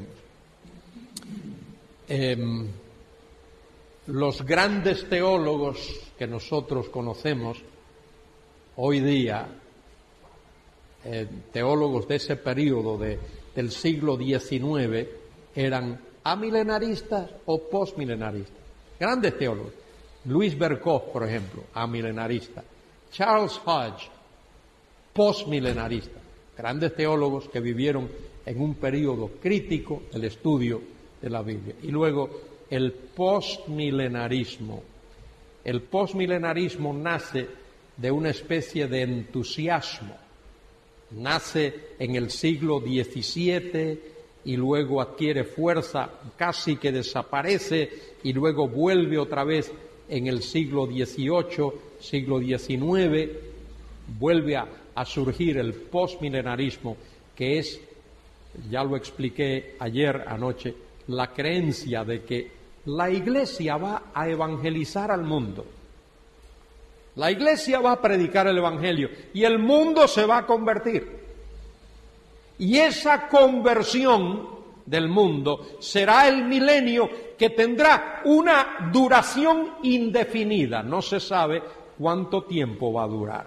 Eh, los grandes teólogos que nosotros conocemos hoy día, eh, teólogos de ese periodo de, del siglo diecinueve, eran amilenaristas o postmilenaristas. Grandes teólogos. Luis Berkhoff, por ejemplo, amilenarista. Charles Hodge, postmilenarista. Grandes teólogos que vivieron en un periodo crítico del estudio de la Biblia. Y luego el postmilenarismo. El postmilenarismo nace de una especie de entusiasmo nace en el siglo diecisiete y luego adquiere fuerza, casi que desaparece y luego vuelve otra vez en el siglo dieciocho, siglo diecinueve, vuelve a, a surgir el postmilenarismo, que es, ya lo expliqué ayer anoche, la creencia de que la Iglesia va a evangelizar al mundo. La Iglesia va a predicar el Evangelio y el mundo se va a convertir. Y esa conversión del mundo será el milenio, que tendrá una duración indefinida. No se sabe cuánto tiempo va a durar.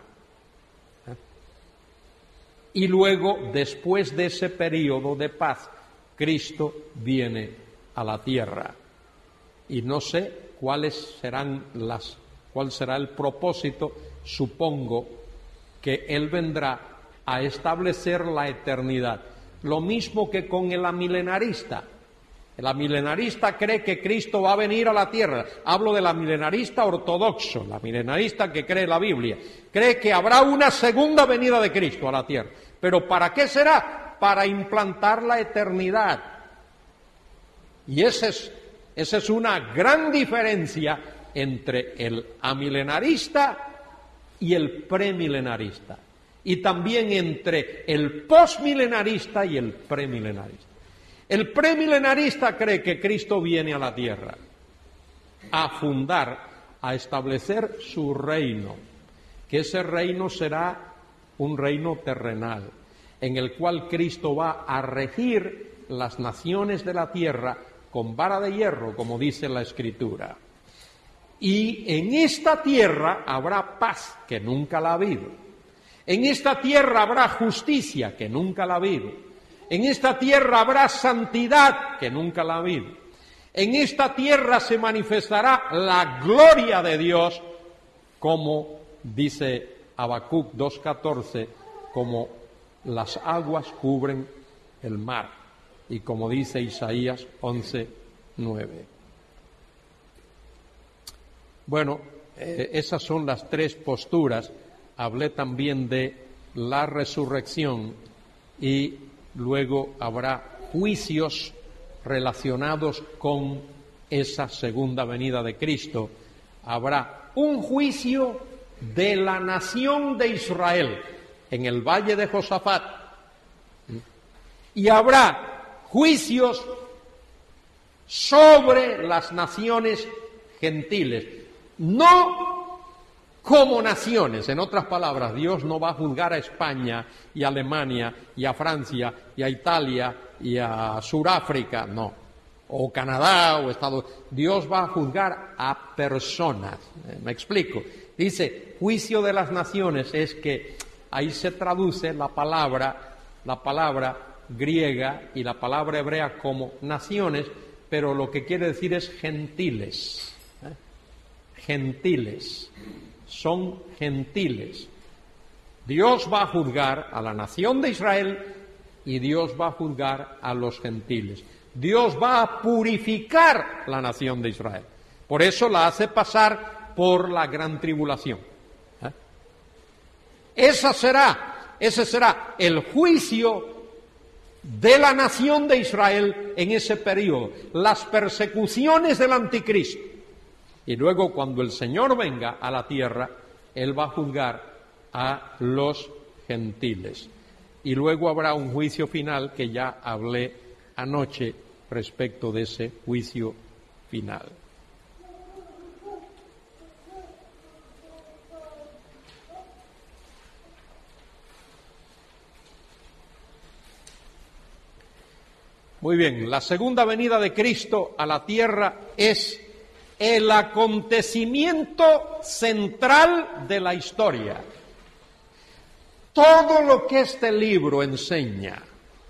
Y luego, después de ese periodo de paz, Cristo viene a la tierra. Y no sé cuáles serán las, cuál será el propósito. Supongo que Él vendrá a establecer la eternidad. Lo mismo que con el amilenarista. El amilenarista cree que Cristo va a venir a la tierra. Hablo del amilenarista ortodoxo, el amilenarista que cree la Biblia. Cree que habrá una segunda venida de Cristo a la tierra. ¿Pero para qué será? Para implantar la eternidad. Y esa es, esa es una gran diferencia entre el amilenarista y el premilenarista. Y también entre el postmilenarista y el premilenarista. El premilenarista cree que Cristo viene a la tierra a fundar, a establecer su reino, que ese reino será un reino terrenal, en el cual Cristo va a regir las naciones de la tierra con vara de hierro, como dice la Escritura. Y en esta tierra habrá paz, que nunca la ha habido. En esta tierra habrá justicia, que nunca la ha habido. En esta tierra habrá santidad, que nunca la ha habido. En esta tierra se manifestará la gloria de Dios, como dice Habacuc dos catorce, como las aguas cubren el mar, y como dice Isaías once nueve. Bueno, eh, esas son las tres posturas. Hablé también de la resurrección y luego habrá juicios relacionados con esa segunda venida de Cristo. Habrá un juicio de la nación de Israel en el valle de Josafat. Y habrá juicios sobre las naciones gentiles. No como naciones, en otras palabras, Dios no va a juzgar a España y a Alemania y a Francia y a Italia y a Suráfrica, no, o Canadá o Estados Unidos. Dios va a juzgar a personas. Me explico. Dice, juicio de las naciones, es que ahí se traduce la palabra, la palabra griega y la palabra hebrea como naciones, pero lo que quiere decir es gentiles. ¿eh? Gentiles. Son gentiles. Dios va a juzgar a la nación de Israel y Dios va a juzgar a los gentiles. Dios va a purificar la nación de Israel. Por eso la hace pasar por la gran tribulación. ¿Eh? Esa será, ese será el juicio de la nación de Israel en ese periodo. Las persecuciones del anticristo. Y luego, cuando el Señor venga a la tierra, Él va a juzgar a los gentiles. Y luego habrá un juicio final, que ya hablé anoche respecto de ese juicio final. Muy bien, la segunda venida de Cristo a la tierra es el acontecimiento central de la historia. Todo lo que este libro enseña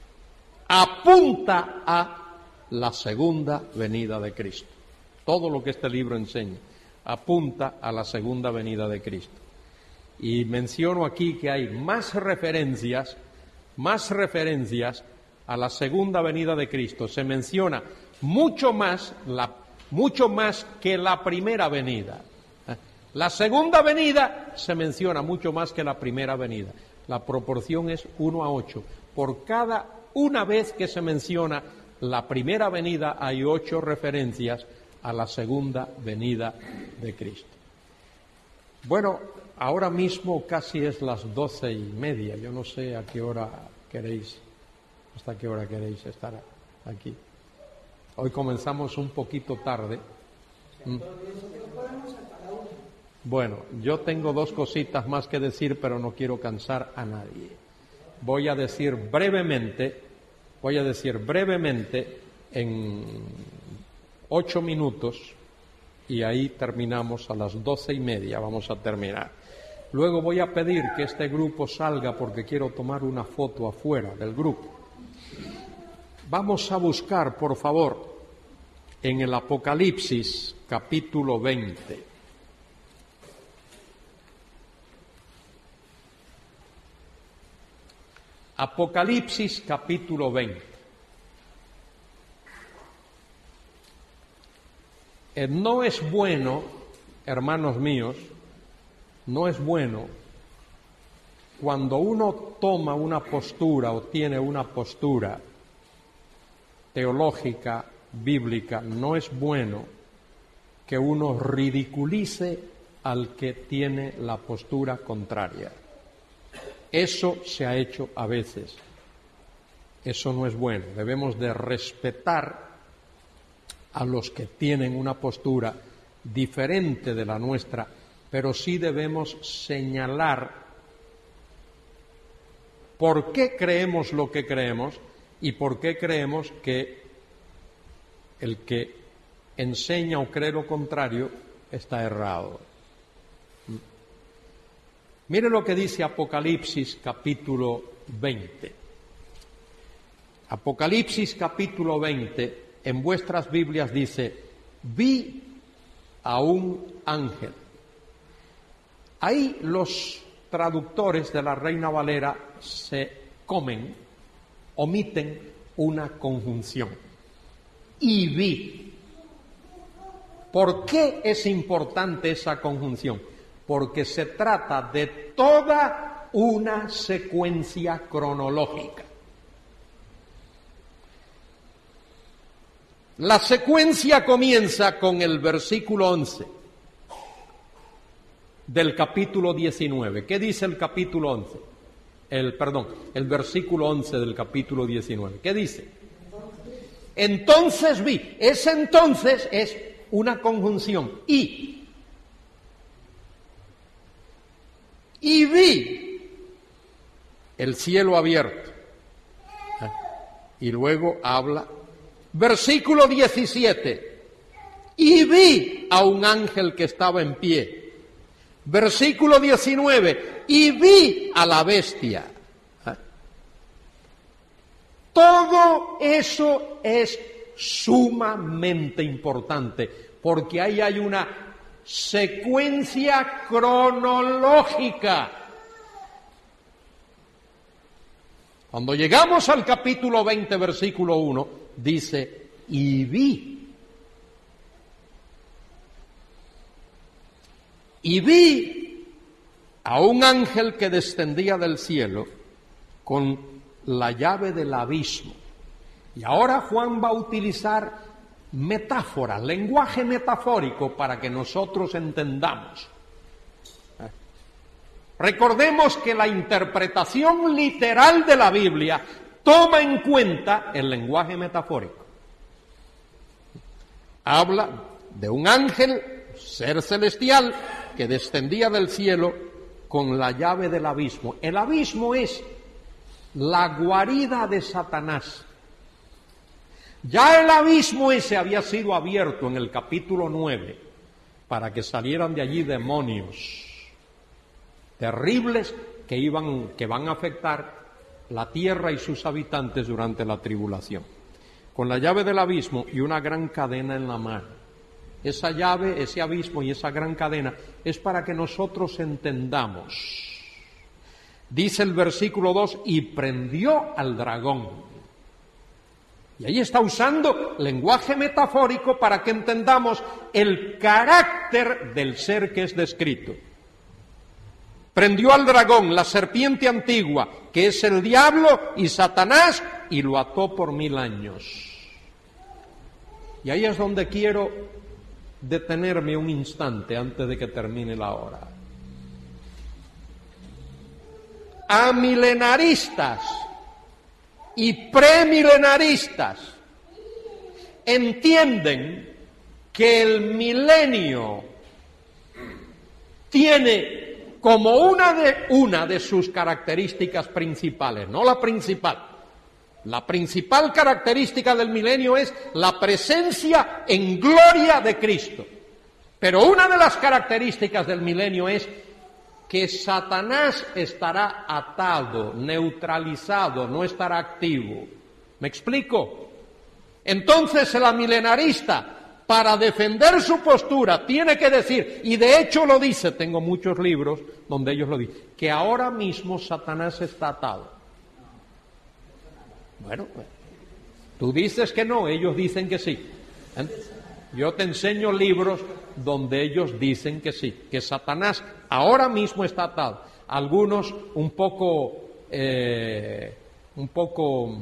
apunta a la segunda venida de Cristo. Todo lo que este libro enseña apunta a la segunda venida de Cristo. Y menciono aquí que hay más referencias, más referencias a la segunda venida de Cristo. Se menciona mucho más la mucho más que la primera venida. La segunda venida se menciona mucho más que la primera venida. La proporción es uno a ocho. Por cada una vez que se menciona la primera venida hay ocho referencias a la segunda venida de Cristo. Bueno, ahora mismo casi es las doce y media. Yo no sé a qué hora queréis, hasta qué hora queréis estar aquí. Hoy comenzamos un poquito tarde. ¿Mm? Bueno, yo tengo dos cositas más que decir, pero no quiero cansar a nadie. Voy a decir brevemente, voy a decir brevemente en ocho minutos y ahí terminamos a las doce y media, vamos a terminar. Luego voy a pedir que este grupo salga porque quiero tomar una foto afuera del grupo. Vamos a buscar, por favor, en el Apocalipsis capítulo veinte. Apocalipsis capítulo veinte. Eh, no es bueno, hermanos míos, no es bueno cuando uno toma una postura o tiene una postura teológica, bíblica, no es bueno que uno ridiculice al que tiene la postura contraria. Eso se ha hecho a veces. Eso no es bueno. Debemos de respetar a los que tienen una postura diferente de la nuestra, pero sí debemos señalar por qué creemos lo que creemos y por qué creemos que el que enseña o cree lo contrario está errado. Mire lo que dice Apocalipsis capítulo veinte. Apocalipsis capítulo veinte, en vuestras Biblias dice, vi a un ángel. Ahí los traductores de la Reina Valera se comen, omiten una conjunción. Y vi. ¿Por qué es importante esa conjunción? Porque se trata de toda una secuencia cronológica. La secuencia comienza con el versículo once del capítulo diecinueve. ¿Qué dice el capítulo once? El, perdón, el versículo once del capítulo diecinueve. ¿Qué dice? Entonces vi. Ese entonces es una conjunción. Y. Y vi el cielo abierto. Y luego habla. Versículo diecisiete. Y vi a un ángel que estaba en pie. Versículo diecinueve. Y vi a la bestia. Todo eso es sumamente importante, porque ahí hay una secuencia cronológica. Cuando llegamos al capítulo veinte, versículo uno, dice, y vi. Y vi a un ángel que descendía del cielo con la llave del abismo. Y ahora Juan va a utilizar metáforas, lenguaje metafórico para que nosotros entendamos. Recordemos que la interpretación literal de la Biblia toma en cuenta el lenguaje metafórico. Habla de un ángel, ser celestial, que descendía del cielo con la llave del abismo. El abismo es la guarida de Satanás. Ya el abismo ese había sido abierto en el capítulo nueve para que salieran de allí demonios terribles que iban, que van a afectar la tierra y sus habitantes durante la tribulación. Con la llave del abismo y una gran cadena en la mano. Esa llave, ese abismo y esa gran cadena es para que nosotros entendamos. Dice el versículo dos, y prendió al dragón. Y ahí está usando lenguaje metafórico para que entendamos el carácter del ser que es descrito. Prendió al dragón, la serpiente antigua, que es el diablo y Satanás, y lo ató por mil años. Y ahí es donde quiero detenerme un instante antes de que termine la hora. Amilenaristas y premilenaristas entienden que el milenio tiene como una de, una de sus características principales, no la principal. La principal característica del milenio es la presencia en gloria de Cristo. Pero una de las características del milenio es que Satanás estará atado, neutralizado, no estará activo. ¿Me explico? Entonces el milenarista, para defender su postura, tiene que decir, y de hecho lo dice, tengo muchos libros donde ellos lo dicen, que ahora mismo Satanás está atado. Bueno, pues, tú dices que no, ellos dicen que sí. Yo te enseño libros donde ellos dicen que sí, que Satanás ahora mismo está atado. Algunos un poco, eh, un poco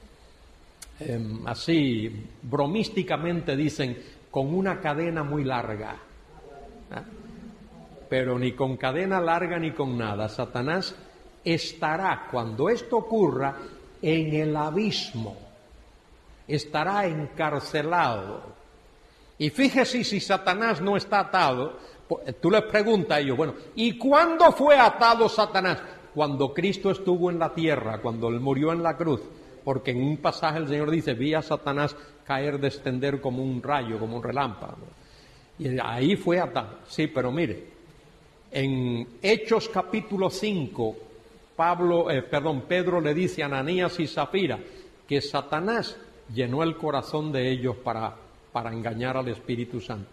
eh, así, bromísticamente dicen, con una cadena muy larga. ¿Ah? Pero ni con cadena larga ni con nada. Satanás estará, cuando esto ocurra, en el abismo, estará encarcelado. Y fíjese, si Satanás no está atado, tú les preguntas a ellos, bueno, ¿y cuándo fue atado Satanás? Cuando Cristo estuvo en la tierra, cuando Él murió en la cruz, porque en un pasaje el Señor dice, vi a Satanás caer, descender como un rayo, como un relámpago. Y ahí fue atado. Sí, pero mire, en Hechos capítulo cinco, Pablo, eh, perdón, Pedro le dice a Ananías y Zafira que Satanás llenó el corazón de ellos para, para engañar al Espíritu Santo.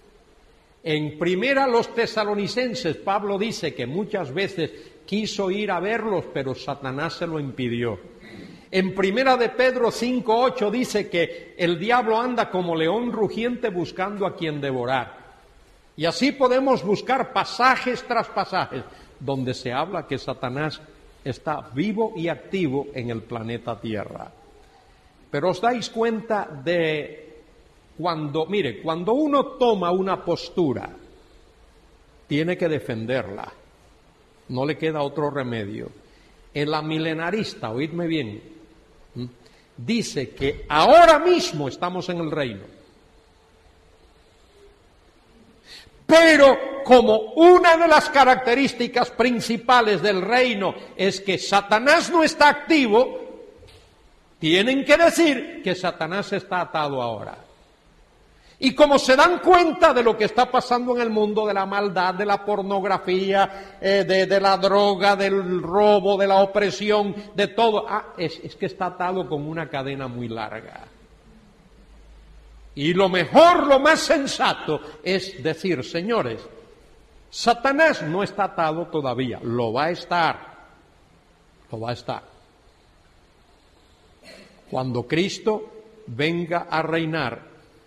En primera los tesalonicenses, Pablo dice que muchas veces quiso ir a verlos, pero Satanás se lo impidió. En primera de Pedro cinco ocho dice que el diablo anda como león rugiente buscando a quien devorar. Y así podemos buscar pasajes tras pasajes donde se habla que Satanás está vivo y activo en el planeta Tierra. Pero os dais cuenta de cuando, mire, cuando uno toma una postura, tiene que defenderla, no le queda otro remedio. El amilenarista, oídme bien, dice que ahora mismo estamos en el reino. Pero como una de las características principales del reino es que Satanás no está activo, tienen que decir que Satanás está atado ahora. Y como se dan cuenta de lo que está pasando en el mundo, de la maldad, de la pornografía, eh, de, de la droga, del robo, de la opresión, de todo, ah, es, es que está atado con una cadena muy larga. Y lo mejor, lo más sensato es decir, señores, Satanás no está atado todavía, lo va a estar, lo va a estar. Cuando Cristo venga a reinar,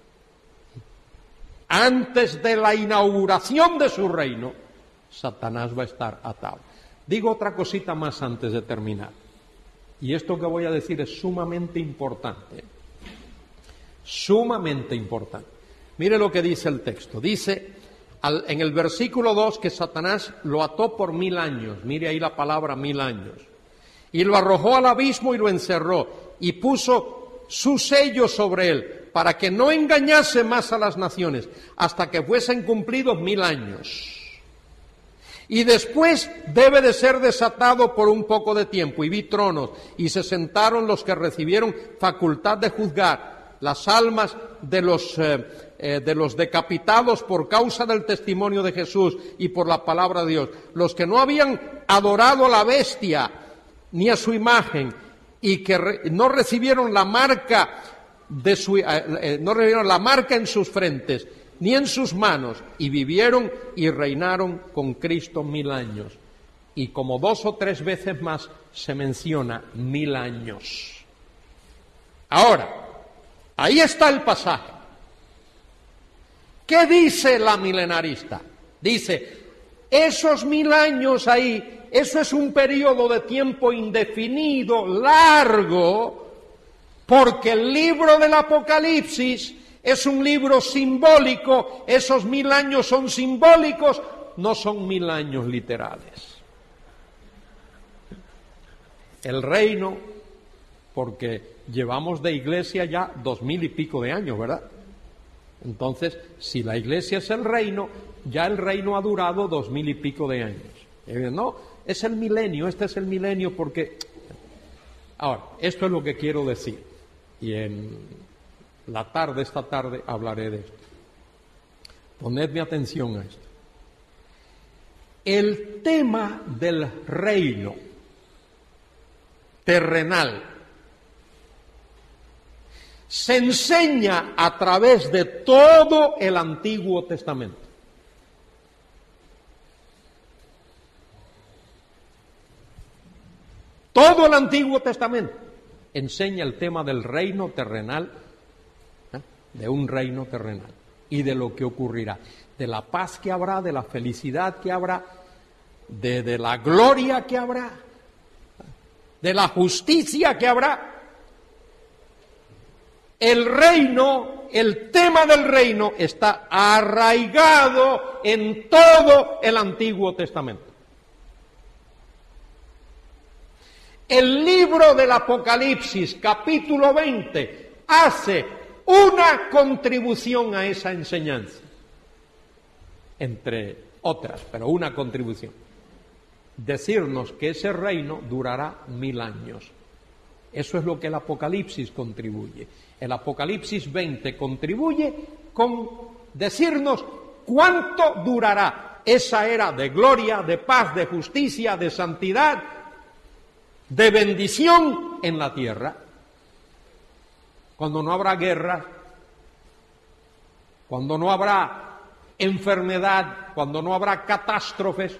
antes de la inauguración de su reino, Satanás va a estar atado. Digo otra cosita más antes de terminar, y esto que voy a decir es sumamente importante. Sumamente importante. Mire lo que dice el texto. Dice al, en el versículo dos que Satanás lo ató por mil años. Mire ahí la palabra mil años. Y lo arrojó al abismo y lo encerró. Y puso su sello sobre él para que no engañase más a las naciones hasta que fuesen cumplidos mil años. Y después debe de ser desatado por un poco de tiempo. Y vi tronos y se sentaron los que recibieron facultad de juzgar las almas de los, eh, eh, de los decapitados por causa del testimonio de Jesús y por la palabra de Dios, los que no habían adorado a la bestia ni a su imagen y que re, no recibieron la marca de su, eh, eh, no recibieron la marca en sus frentes ni en sus manos, y vivieron y reinaron con Cristo mil años. Y como dos o tres veces más se menciona mil años. Ahora, ahí está el pasaje. ¿Qué dice la milenarista? Dice, Esos mil años ahí, eso es un periodo de tiempo indefinido, largo, porque el libro del Apocalipsis es un libro simbólico, esos mil años son simbólicos, no son mil años literales. El reino, porque llevamos de iglesia ya dos mil y pico de años, ¿verdad? Entonces, si la iglesia es el reino, ya el reino ha durado dos mil y pico de años. No, es el milenio, este es el milenio porque... Ahora, esto es lo que quiero decir, y en la tarde, esta tarde, hablaré de esto. Ponedme atención a esto. El tema del reino terrenal se enseña a través de todo el Antiguo Testamento. Todo el Antiguo Testamento enseña el tema del reino terrenal, ¿eh? de un reino terrenal y de lo que ocurrirá, de la paz que habrá, de la felicidad que habrá, de, de la gloria que habrá, de la justicia que habrá. El reino, el tema del reino está arraigado en todo el Antiguo Testamento. El libro del Apocalipsis, capítulo veinte, hace una contribución a esa enseñanza, entre otras, pero una contribución. Decirnos que ese reino durará mil años. Eso es lo que el Apocalipsis contribuye. El Apocalipsis veinte contribuye con decirnos cuánto durará esa era de gloria, de paz, de justicia, de santidad, de bendición en la tierra, cuando no habrá guerra, cuando no habrá enfermedad, cuando no habrá catástrofes,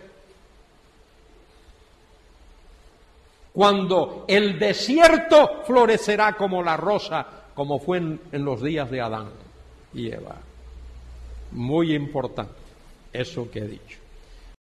cuando el desierto florecerá como la rosa, como fue en, en los días de Adán y Eva. Muy importante eso que he dicho.